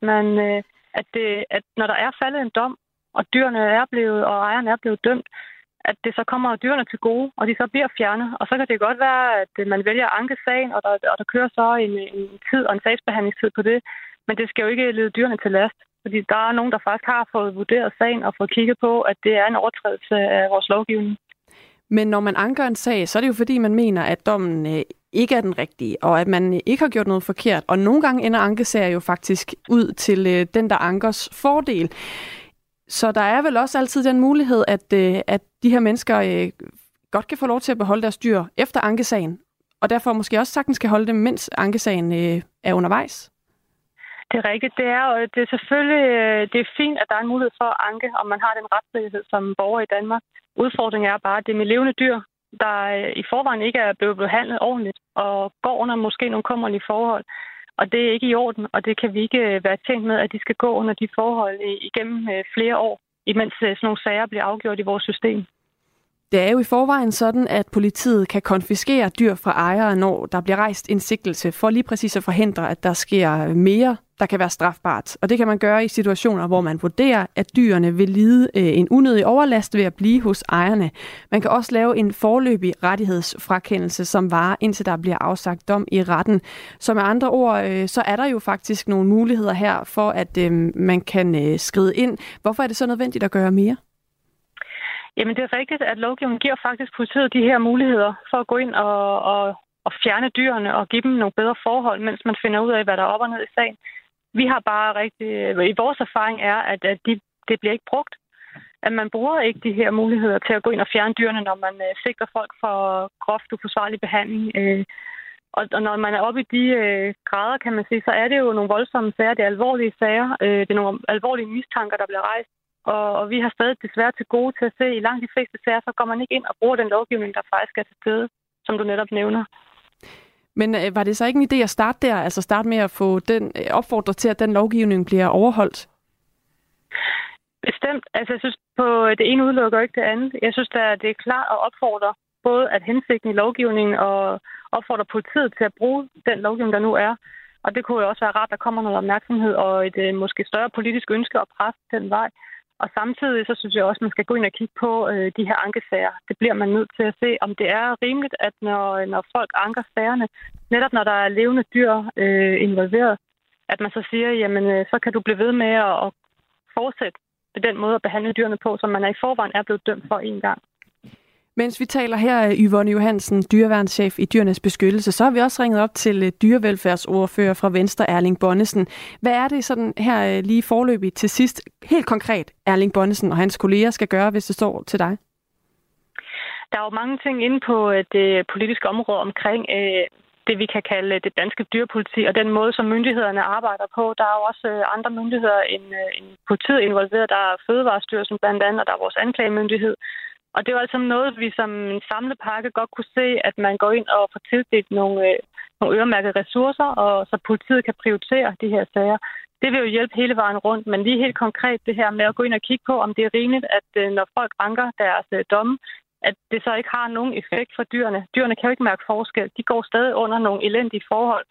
når der er faldet en dom, og dyrene er blevet, og ejeren er blevet dømt, at det så kommer dyrene til gode, og de så bliver fjernet. Og så kan det godt være, at man vælger at anke sagen, og der kører så en tid og en sagsbehandlingstid på det. Men det skal jo ikke lede dyrene til last. Fordi der er nogen, der faktisk har fået vurderet sagen og fået kigget på, at det er en overtrædelse af vores lovgivning. Men når man anker en sag, så er det jo fordi, man mener, at dommen ikke er den rigtige, og at man ikke har gjort noget forkert. Og nogle gange ender ankesager jo faktisk ud til den, der ankers fordel. Så der er vel også altid den mulighed, at de her mennesker godt kan få lov til at beholde deres dyr efter ankesagen, og derfor måske også sagtens skal holde dem, mens ankesagen er undervejs. Det er rigtigt. Det er selvfølgelig det er fint, at der er en mulighed for at anke, om man har den retssikkerhed som borger i Danmark. Udfordringen er bare, at det er med levende dyr, der i forvejen ikke er blevet behandlet ordentligt, og går under måske nogle kummerlige forhold. Og det er ikke i orden, og det kan vi ikke være tjent med, at de skal gå under de forhold igennem flere år, imens sådan nogle sager bliver afgjort i vores system. Det er jo i forvejen sådan, at politiet kan konfiskere dyr fra ejere, når der bliver rejst en sigtelse, for lige præcis at forhindre, at der sker mere, der kan være strafbart. Og det kan man gøre i situationer, hvor man vurderer, at dyrene vil lide en unødig overlast ved at blive hos ejerne. Man kan også lave en foreløbig rettighedsfrakendelse, som varer, indtil der bliver afsagt dom i retten. Så med andre ord, så er der jo faktisk nogle muligheder her for, at man kan skride ind. Hvorfor er det så nødvendigt at gøre mere? Jamen, det er rigtigt, at lovgivningen giver faktisk politiet de her muligheder for at gå ind og fjerne dyrene og give dem nogle bedre forhold, mens man finder ud af, hvad der er op og ned i sagen. Vi har bare i vores erfaring er, at det bliver ikke brugt. At man bruger ikke de her muligheder til at gå ind og fjerne dyrene, når man sigter folk for groft uforsvarlig behandling. Og når man er oppe i de grader, kan man sige, så er det jo nogle voldsomme sager. Det er alvorlige sager. Det er nogle alvorlige mistanker, der bliver rejst. Og vi har stadig desværre til gode til at se, i langt de fleste sager, så går man ikke ind og bruger den lovgivning, der faktisk er til stede, som du netop nævner. Men var det så ikke en idé at starte der, altså starte med at få den opfordret til, at den lovgivning bliver overholdt? Bestemt. Altså jeg synes, på det ene udelukker ikke det andet. Jeg synes, at det er klart at opfordre både at hensigten i lovgivningen og opfordre politiet til at bruge den lovgivning, der nu er. Og det kunne jo også være rart, at der kommer noget opmærksomhed og et måske større politisk ønske og pres den vej. Og samtidig så synes jeg også, at man skal gå ind og kigge på de her ankesager. Det bliver man nødt til at se, om det er rimeligt, at når folk anker sagerne, netop når der er levende dyr involveret, at man så siger, jamen så kan du blive ved med at fortsætte med den måde at behandle dyrene på, som man i forvejen er blevet dømt for en gang. Mens vi taler her, Yvonne Johansen, dyreværnschef i Dyrenes Beskyttelse, så har vi også ringet op til dyrevelfærdsordfører fra Venstre, Erling Bonnesen. Hvad er det sådan her lige forløbigt til sidst, helt konkret, Erling Bonnesen og hans kolleger skal gøre, hvis det står til dig? Der er jo mange ting inde på det politiske område omkring det, vi kan kalde det danske dyrepoliti, og den måde, som myndighederne arbejder på. Der er jo også andre myndigheder end politiet involveret. Der er Fødevarestyrelsen blandt andet, og der er vores anklagemyndighed. Og det er jo altså noget, vi som en samlet pakke godt kunne se, at man går ind og får tildelt nogle øremærkede ressourcer, og så politiet kan prioritere de her sager. Det vil jo hjælpe hele vejen rundt, men lige helt konkret det her med at gå ind og kigge på, om det er rimeligt, at når folk anker deres domme, at det så ikke har nogen effekt for dyrene. Dyrene kan jo ikke mærke forskel. De går stadig under nogle elendige forhold,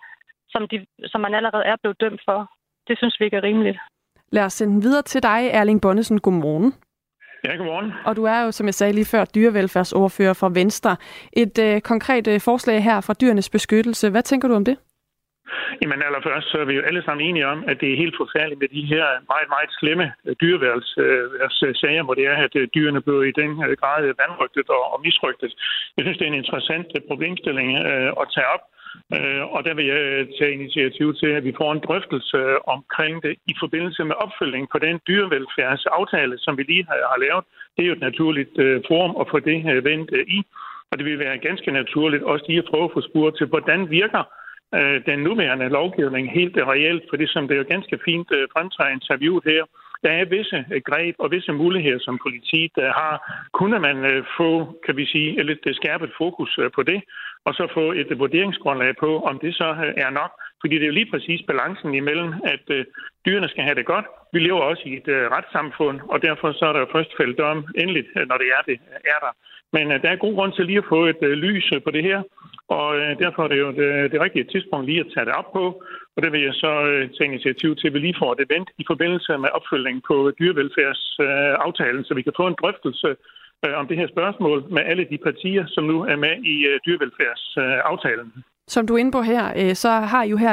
som man allerede er blevet dømt for. Det synes vi ikke er rimeligt. Lad os sende videre til dig, Erling Bonnesen. Godmorgen. Ja, godmorgen. Og du er jo, som jeg sagde lige før, dyrevelfærdsordfører for Venstre. Et konkret forslag her fra Dyrenes Beskyttelse. Hvad tænker du om det? Jamen allerførst, så er vi jo alle sammen enige om, at det er helt forfærdeligt med de her meget, meget slemme dyreværelssager, hvor det er, at dyrene bliver i den grad vanrøgtet og misrøgtet. Jeg synes, det er en interessant problemstilling at tage op. Og der vil jeg tage initiativ til, at vi får en drøftelse omkring det i forbindelse med opfølgning på den dyrevelfærdsaftale, som vi lige har lavet. Det er jo et naturligt forum at få det vendt i. Og det vil være ganske naturligt også lige at prøve at få spurgt til, hvordan virker den nuværende lovgivning helt reelt, for det som det er jo ganske fint fremtræder interviewet her. Der er visse greb og visse muligheder, som politiet har. Kunne man få, kan vi sige, et lidt skærpet fokus på det, og så få et vurderingsgrundlag på, om det så er nok. Fordi det er jo lige præcis balancen imellem, at dyrene skal have det godt. Vi lever også i et retssamfund, og derfor så er der jo først fældet dom endeligt, når det er der. Men der er god grund til lige at få et lys på det her, og derfor er det jo det rigtige tidspunkt lige at tage det op på. Og det vil jeg så tage initiativ til, at vi lige får det vendt i forbindelse med opfølgning på dyrevelfærdsaftalen, så vi kan få en drøftelse om det her spørgsmål med alle de partier, som nu er med i dyrevelfærdsaftalen. Som du er inde på her, så har I jo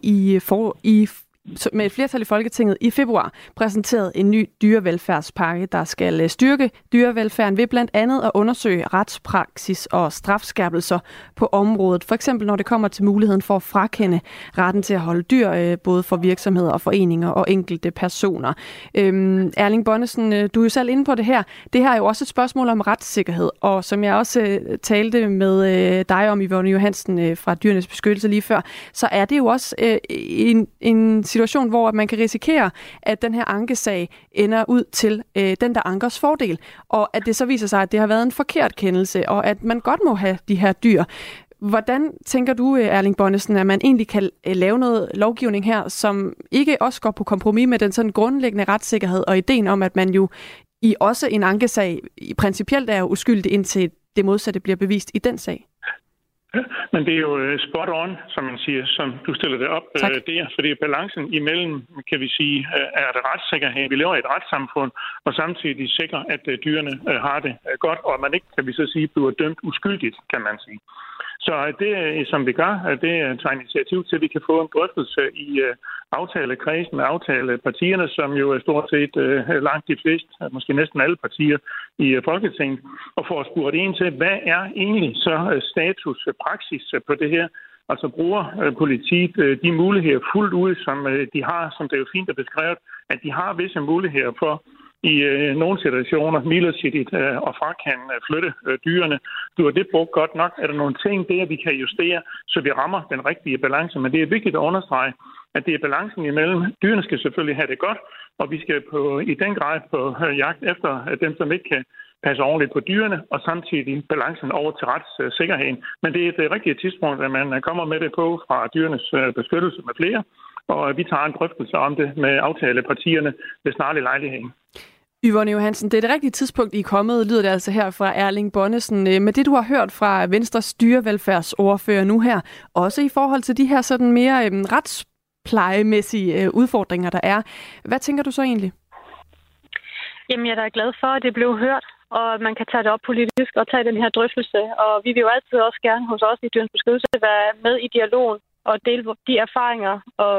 her med et flertal i Folketinget i februar præsenteret en ny dyrevelfærdspakke, der skal styrke dyrevelfærden ved blandt andet at undersøge retspraksis og strafskærpelser på området. For eksempel når det kommer til muligheden for at frakende retten til at holde dyr, både for virksomheder og foreninger og enkelte personer. Erling Bonnesen, du er jo selv inde på det her. Det her er jo også et spørgsmål om retssikkerhed, og som jeg også talte med dig om, Yvonne Johansen fra Dyrenes Beskyttelse lige før, så er det jo også en situation, hvor man kan risikere, at den her ankesag ender ud til den, der ankers fordel, og at det så viser sig, at det har været en forkert kendelse, og at man godt må have de her dyr. Hvordan tænker du, Erling Bonnesen, at man egentlig kan lave noget lovgivning her, som ikke også går på kompromis med den sådan grundlæggende retssikkerhed og ideen om, at man jo i også en ankesag principielt er uskyldig, indtil det modsatte bliver bevist i den sag? Men det er jo spot on, som man siger, som du stiller det op der. For det er balancen imellem, kan vi sige, er det retssikkerhed. Vi lever i et retssamfund, og samtidig sikrer, at dyrene har det godt, og at man ikke, kan vi så sige, bliver dømt uskyldigt, kan man sige. Så det, som vi gør, det tager initiativ til, at vi kan få en drøftelse i aftalekredsen med aftalepartierne, som jo er stort set langt de fleste, måske næsten alle partier i Folketinget, og får spurgt ind til, hvad er egentlig så status, praksis på det her? Altså bruger politiet de muligheder fuldt ud, som de har, som det er jo fint at beskrevet, at de har visse muligheder for i nogle situationer midlertidigt og kan flytte dyrene. Du har det brugt godt nok. Er der nogle ting der, vi kan justere, så vi rammer den rigtige balance? Men det er vigtigt at understrege, at det er balancen imellem. Dyrene skal selvfølgelig have det godt, og vi skal i den grad på jagt efter dem, som ikke kan passe ordentligt på dyrene, og samtidig balancen over til retssikkerheden. Men det er et rigtigt tidspunkt, at man kommer med det på fra Dyrenes Beskyttelse med flere, og vi tager en drøftelse om det med aftalepartierne ved snarlig lejlighed. Yvonne Johansen, det er det rigtige tidspunkt, I er kommet, lyder det altså her fra Erling Bonnesen. Med det, du har hørt fra Venstres dyrevelfærdsordfører nu her, også i forhold til de her sådan mere retsplejemæssige udfordringer, der er. Hvad tænker du så egentlig? Jamen, jeg er da glad for, at det blev hørt, og man kan tage det op politisk og tage den her drøftelse. Og vi vil jo altid også gerne hos os i Dyrenes Beskyttelse være med i dialogen og dele de erfaringer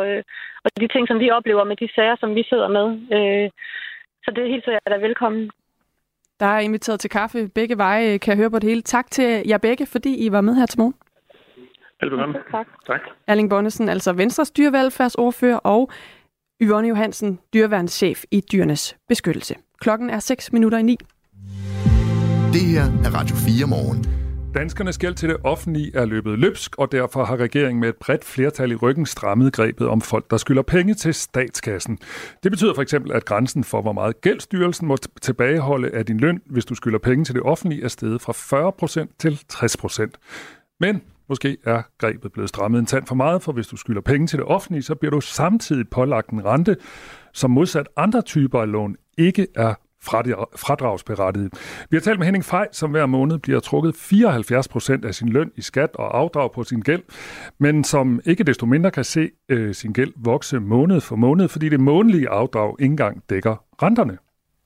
og de ting, som vi oplever med de sager, som vi sidder med. Så det er helt sikkert, at velkommen. Der er inviteret til kaffe begge veje, kan jeg høre på det hele. Tak til jer begge, fordi I var med her til morgen. Velkommen. Tak. Erling Bonnesen, altså Venstres dyrevelfærdsordfører, og Yvonne Johansen, dyreværnschef i Dyrenes Beskyttelse. Klokken er 6:06. Det her er Radio 4 morgen. Danskernes gæld til det offentlige er løbet løbsk, og derfor har regeringen med et bredt flertal i ryggen strammet grebet om folk, der skylder penge til statskassen. Det betyder for eksempel, at grænsen for, hvor meget Gældsstyrelsen må tilbageholde af din løn, hvis du skylder penge til det offentlige, er steget fra 40% til 60%. Men måske er grebet blevet strammet en tand for meget, for hvis du skylder penge til det offentlige, så bliver du samtidig pålagt en rente, som modsat andre typer af lån ikke er fradragsberettiget. Vi har talt med Henning Fej, som hver måned bliver trukket 74% af sin løn i skat og afdrag på sin gæld, men som ikke desto mindre kan se sin gæld vokse måned for måned, fordi det månedlige afdrag ikke engang dækker renterne.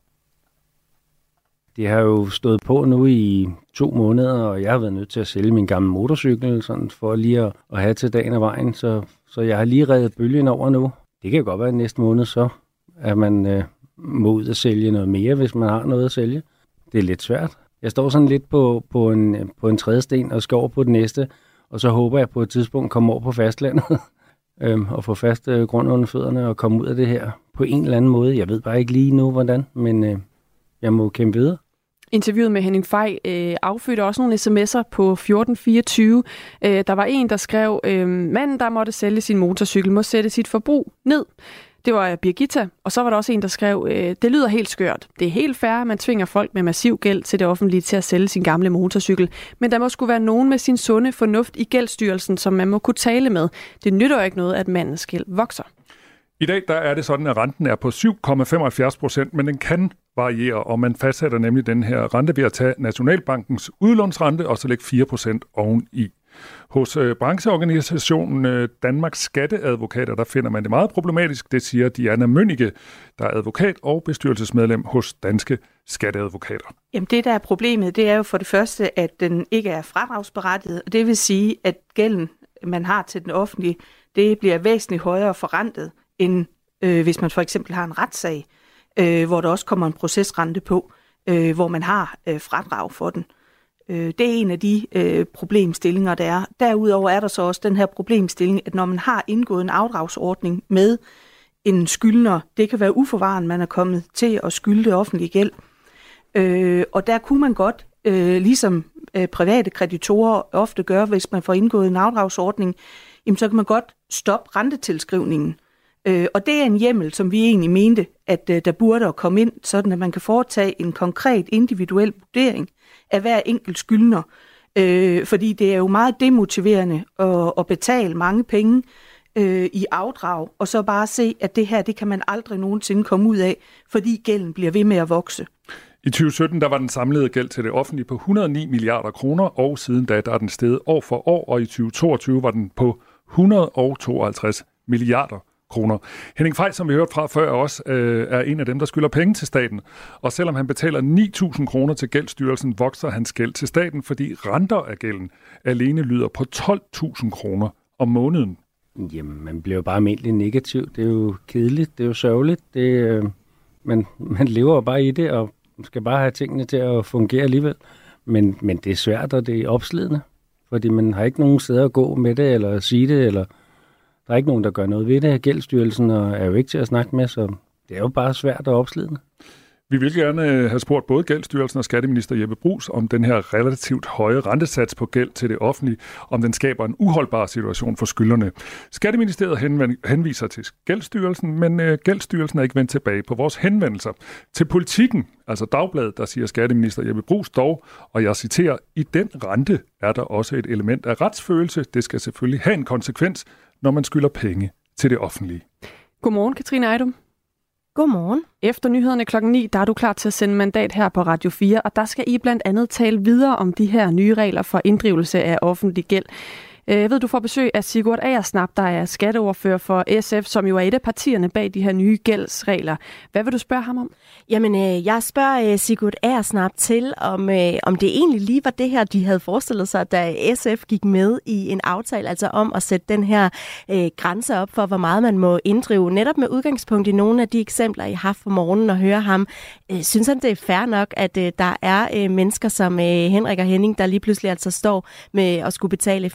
Det har jo stået på nu i 2 måneder, og jeg har været nødt til at sælge min gamle motorcykel sådan for lige at have til dagen og vejen, så jeg har lige reddet bølgen over nu. Det kan jo godt være, at næste måned så er man må ud at sælge noget mere, hvis man har noget at sælge. Det er lidt svært. Jeg står sådan lidt på en tredje sten og skal over på den næste, og så håber jeg på et tidspunkt komme over på fastlandet og få fast grund under fødderne og komme ud af det her på en eller anden måde. Jeg ved bare ikke lige nu, hvordan, men jeg må kæmpe videre. Interviewet med Henning Fej affødte også nogle sms'er på 1424. Der var en, der skrev, manden, der måtte sælge sin motorcykel, må sætte sit forbrug ned. Det var Birgitta, og så var der også en, der skrev, det lyder helt skørt. Det er helt fair, at man tvinger folk med massiv gæld til det offentlige til at sælge sin gamle motorcykel. Men der må sgu være nogen med sin sunde fornuft i Gældsstyrelsen, som man må kunne tale med. Det nytter jo ikke noget, at mandens gæld vokser. I dag der er det sådan, at renten er på 7,75%, men den kan variere, og man fastsætter nemlig den her rente ved at tage Nationalbankens udlånsrente og så lægge 4% oveni. Hos brancheorganisationen Danmarks Skatteadvokater, der finder man det meget problematisk. Det siger Diana Mønnike, der er advokat og bestyrelsesmedlem hos Danske Skatteadvokater. Jamen det, der er problemet, det er jo for det første, at den ikke er fradragsberettiget. Det vil sige, at gælden, man har til den offentlige, det bliver væsentligt højere forrentet, end hvis man for eksempel har en retssag, hvor der også kommer en procesrente på, hvor man har fradrag for den. Det er en af de problemstillinger, der er. Derudover er der så også den her problemstilling, at når man har indgået en afdragsordning med en skyldner, det kan være uforvarende, man er kommet til at skylde det offentlige gæld. Og der kunne man godt, ligesom private kreditorer ofte gør, hvis man får indgået en afdragsordning, jamen så kan man godt stoppe rentetilskrivningen. Og det er en hjemmel, som vi egentlig mente, at der burde komme ind, sådan at man kan foretage en konkret individuel vurdering af hver enkelt skyldner. Fordi det er jo meget demotiverende at betale mange penge i afdrag, og så bare se, at det her, det kan man aldrig nogensinde komme ud af, fordi gælden bliver ved med at vokse. I 2017 der var den samlede gæld til det offentlige på 109 milliarder kroner, og siden da der er den steget år for år, og i 2022 var den på 152 milliarder kroner. Henning Fej, som vi hørte fra før, også er en af dem, der skylder penge til staten. Og selvom han betaler 9.000 kroner til Gældsstyrelsen, vokser hans gæld til staten, fordi renter af gælden alene lyder på 12.000 kroner om måneden. Jamen, man bliver jo bare almindelig negativ. Det er jo kedeligt, det er jo sørgeligt. Man lever jo bare i det, og skal bare have tingene til at fungere alligevel. Men det er svært, og det er opslidende, fordi man har ikke nogen steder at gå med det, eller sige det, eller der er ikke nogen, der gør noget ved det. Gældsstyrelsen er jo ikke til at snakke med, så det er jo bare svært og opslidende. Vi vil gerne have spurgt både Gældsstyrelsen og skatteminister Jeppe Bruus om den her relativt høje rentesats på gæld til det offentlige, om den skaber en uholdbar situation for skyldnerne. Skatteministeriet henviser til Gældsstyrelsen, men Gældsstyrelsen er ikke vendt tilbage på vores henvendelser. Til Politikken, altså Dagbladet, der siger skatteminister Jeppe Bruus dog, og jeg citerer, i den rente er der også et element af retsfølelse. Det skal selvfølgelig have en konsekvens, når man skylder penge til det offentlige. Godmorgen, Katrine Ejdom. Godmorgen. Efter nyhederne klokken 9, der er du klar til at sende mandat her på Radio 4, og der skal I blandt andet tale videre om de her nye regler for inddrivelse af offentlig gæld. Jeg ved, du får besøg af Sigurd Agersnap, der er skatteordfører for SF, som jo er et af partierne bag de her nye gældsregler. Hvad vil du spørge ham om? Jamen, jeg spørger Sigurd Agersnap til, om det egentlig lige var det her, de havde forestillet sig, da SF gik med i en aftale, altså om at sætte den her grænse op for, hvor meget man må inddrive. Netop med udgangspunkt i nogle af de eksempler, I har haft for morgenen og høre ham. Synes han, det er fair nok, at der er mennesker som Henrik og Henning, der lige pludselig altså står med at skulle betale 74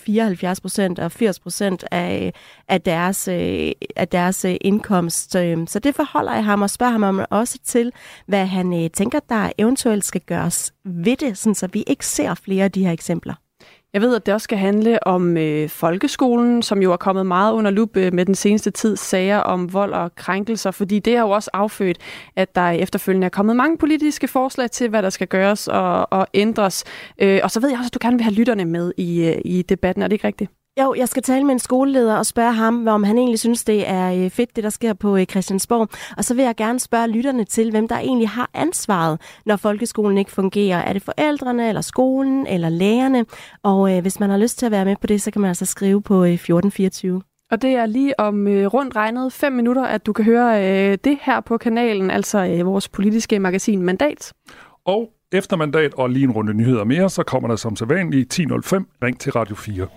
og 80% af deres indkomst. Så det forholder jeg ham og spørger ham også til, hvad han tænker, der eventuelt skal gøres ved det, sådan så vi ikke ser flere af de her eksempler. Jeg ved, at det også skal handle om folkeskolen, som jo er kommet meget under lup med den seneste tids sager om vold og krænkelser, fordi det har jo også affødt, at der efterfølgende er kommet mange politiske forslag til, hvad der skal gøres og ændres. Og så ved jeg også, at du gerne vil have lytterne med i debatten. Er det ikke rigtigt? Jo, jeg skal tale med en skoleleder og spørge ham, om han egentlig synes, det er fedt, det der sker på Christiansborg. Og så vil jeg gerne spørge lytterne til, hvem der egentlig har ansvaret, når folkeskolen ikke fungerer. Er det forældrene, eller skolen, eller lærerne? Og hvis man har lyst til at være med på det, så kan man altså skrive på 1424. Og det er lige om rundt regnet 5 minutter, at du kan høre det her på kanalen, altså vores politiske magasin Mandat. Og efter Mandat og lige en runde nyheder mere, så kommer der som sædvanligt 10.05 ring til Radio 4.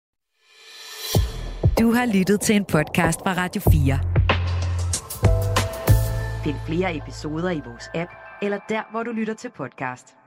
Du har lyttet til en podcast fra Radio 4. Find flere episoder i vores app, eller der, hvor du lytter til podcast.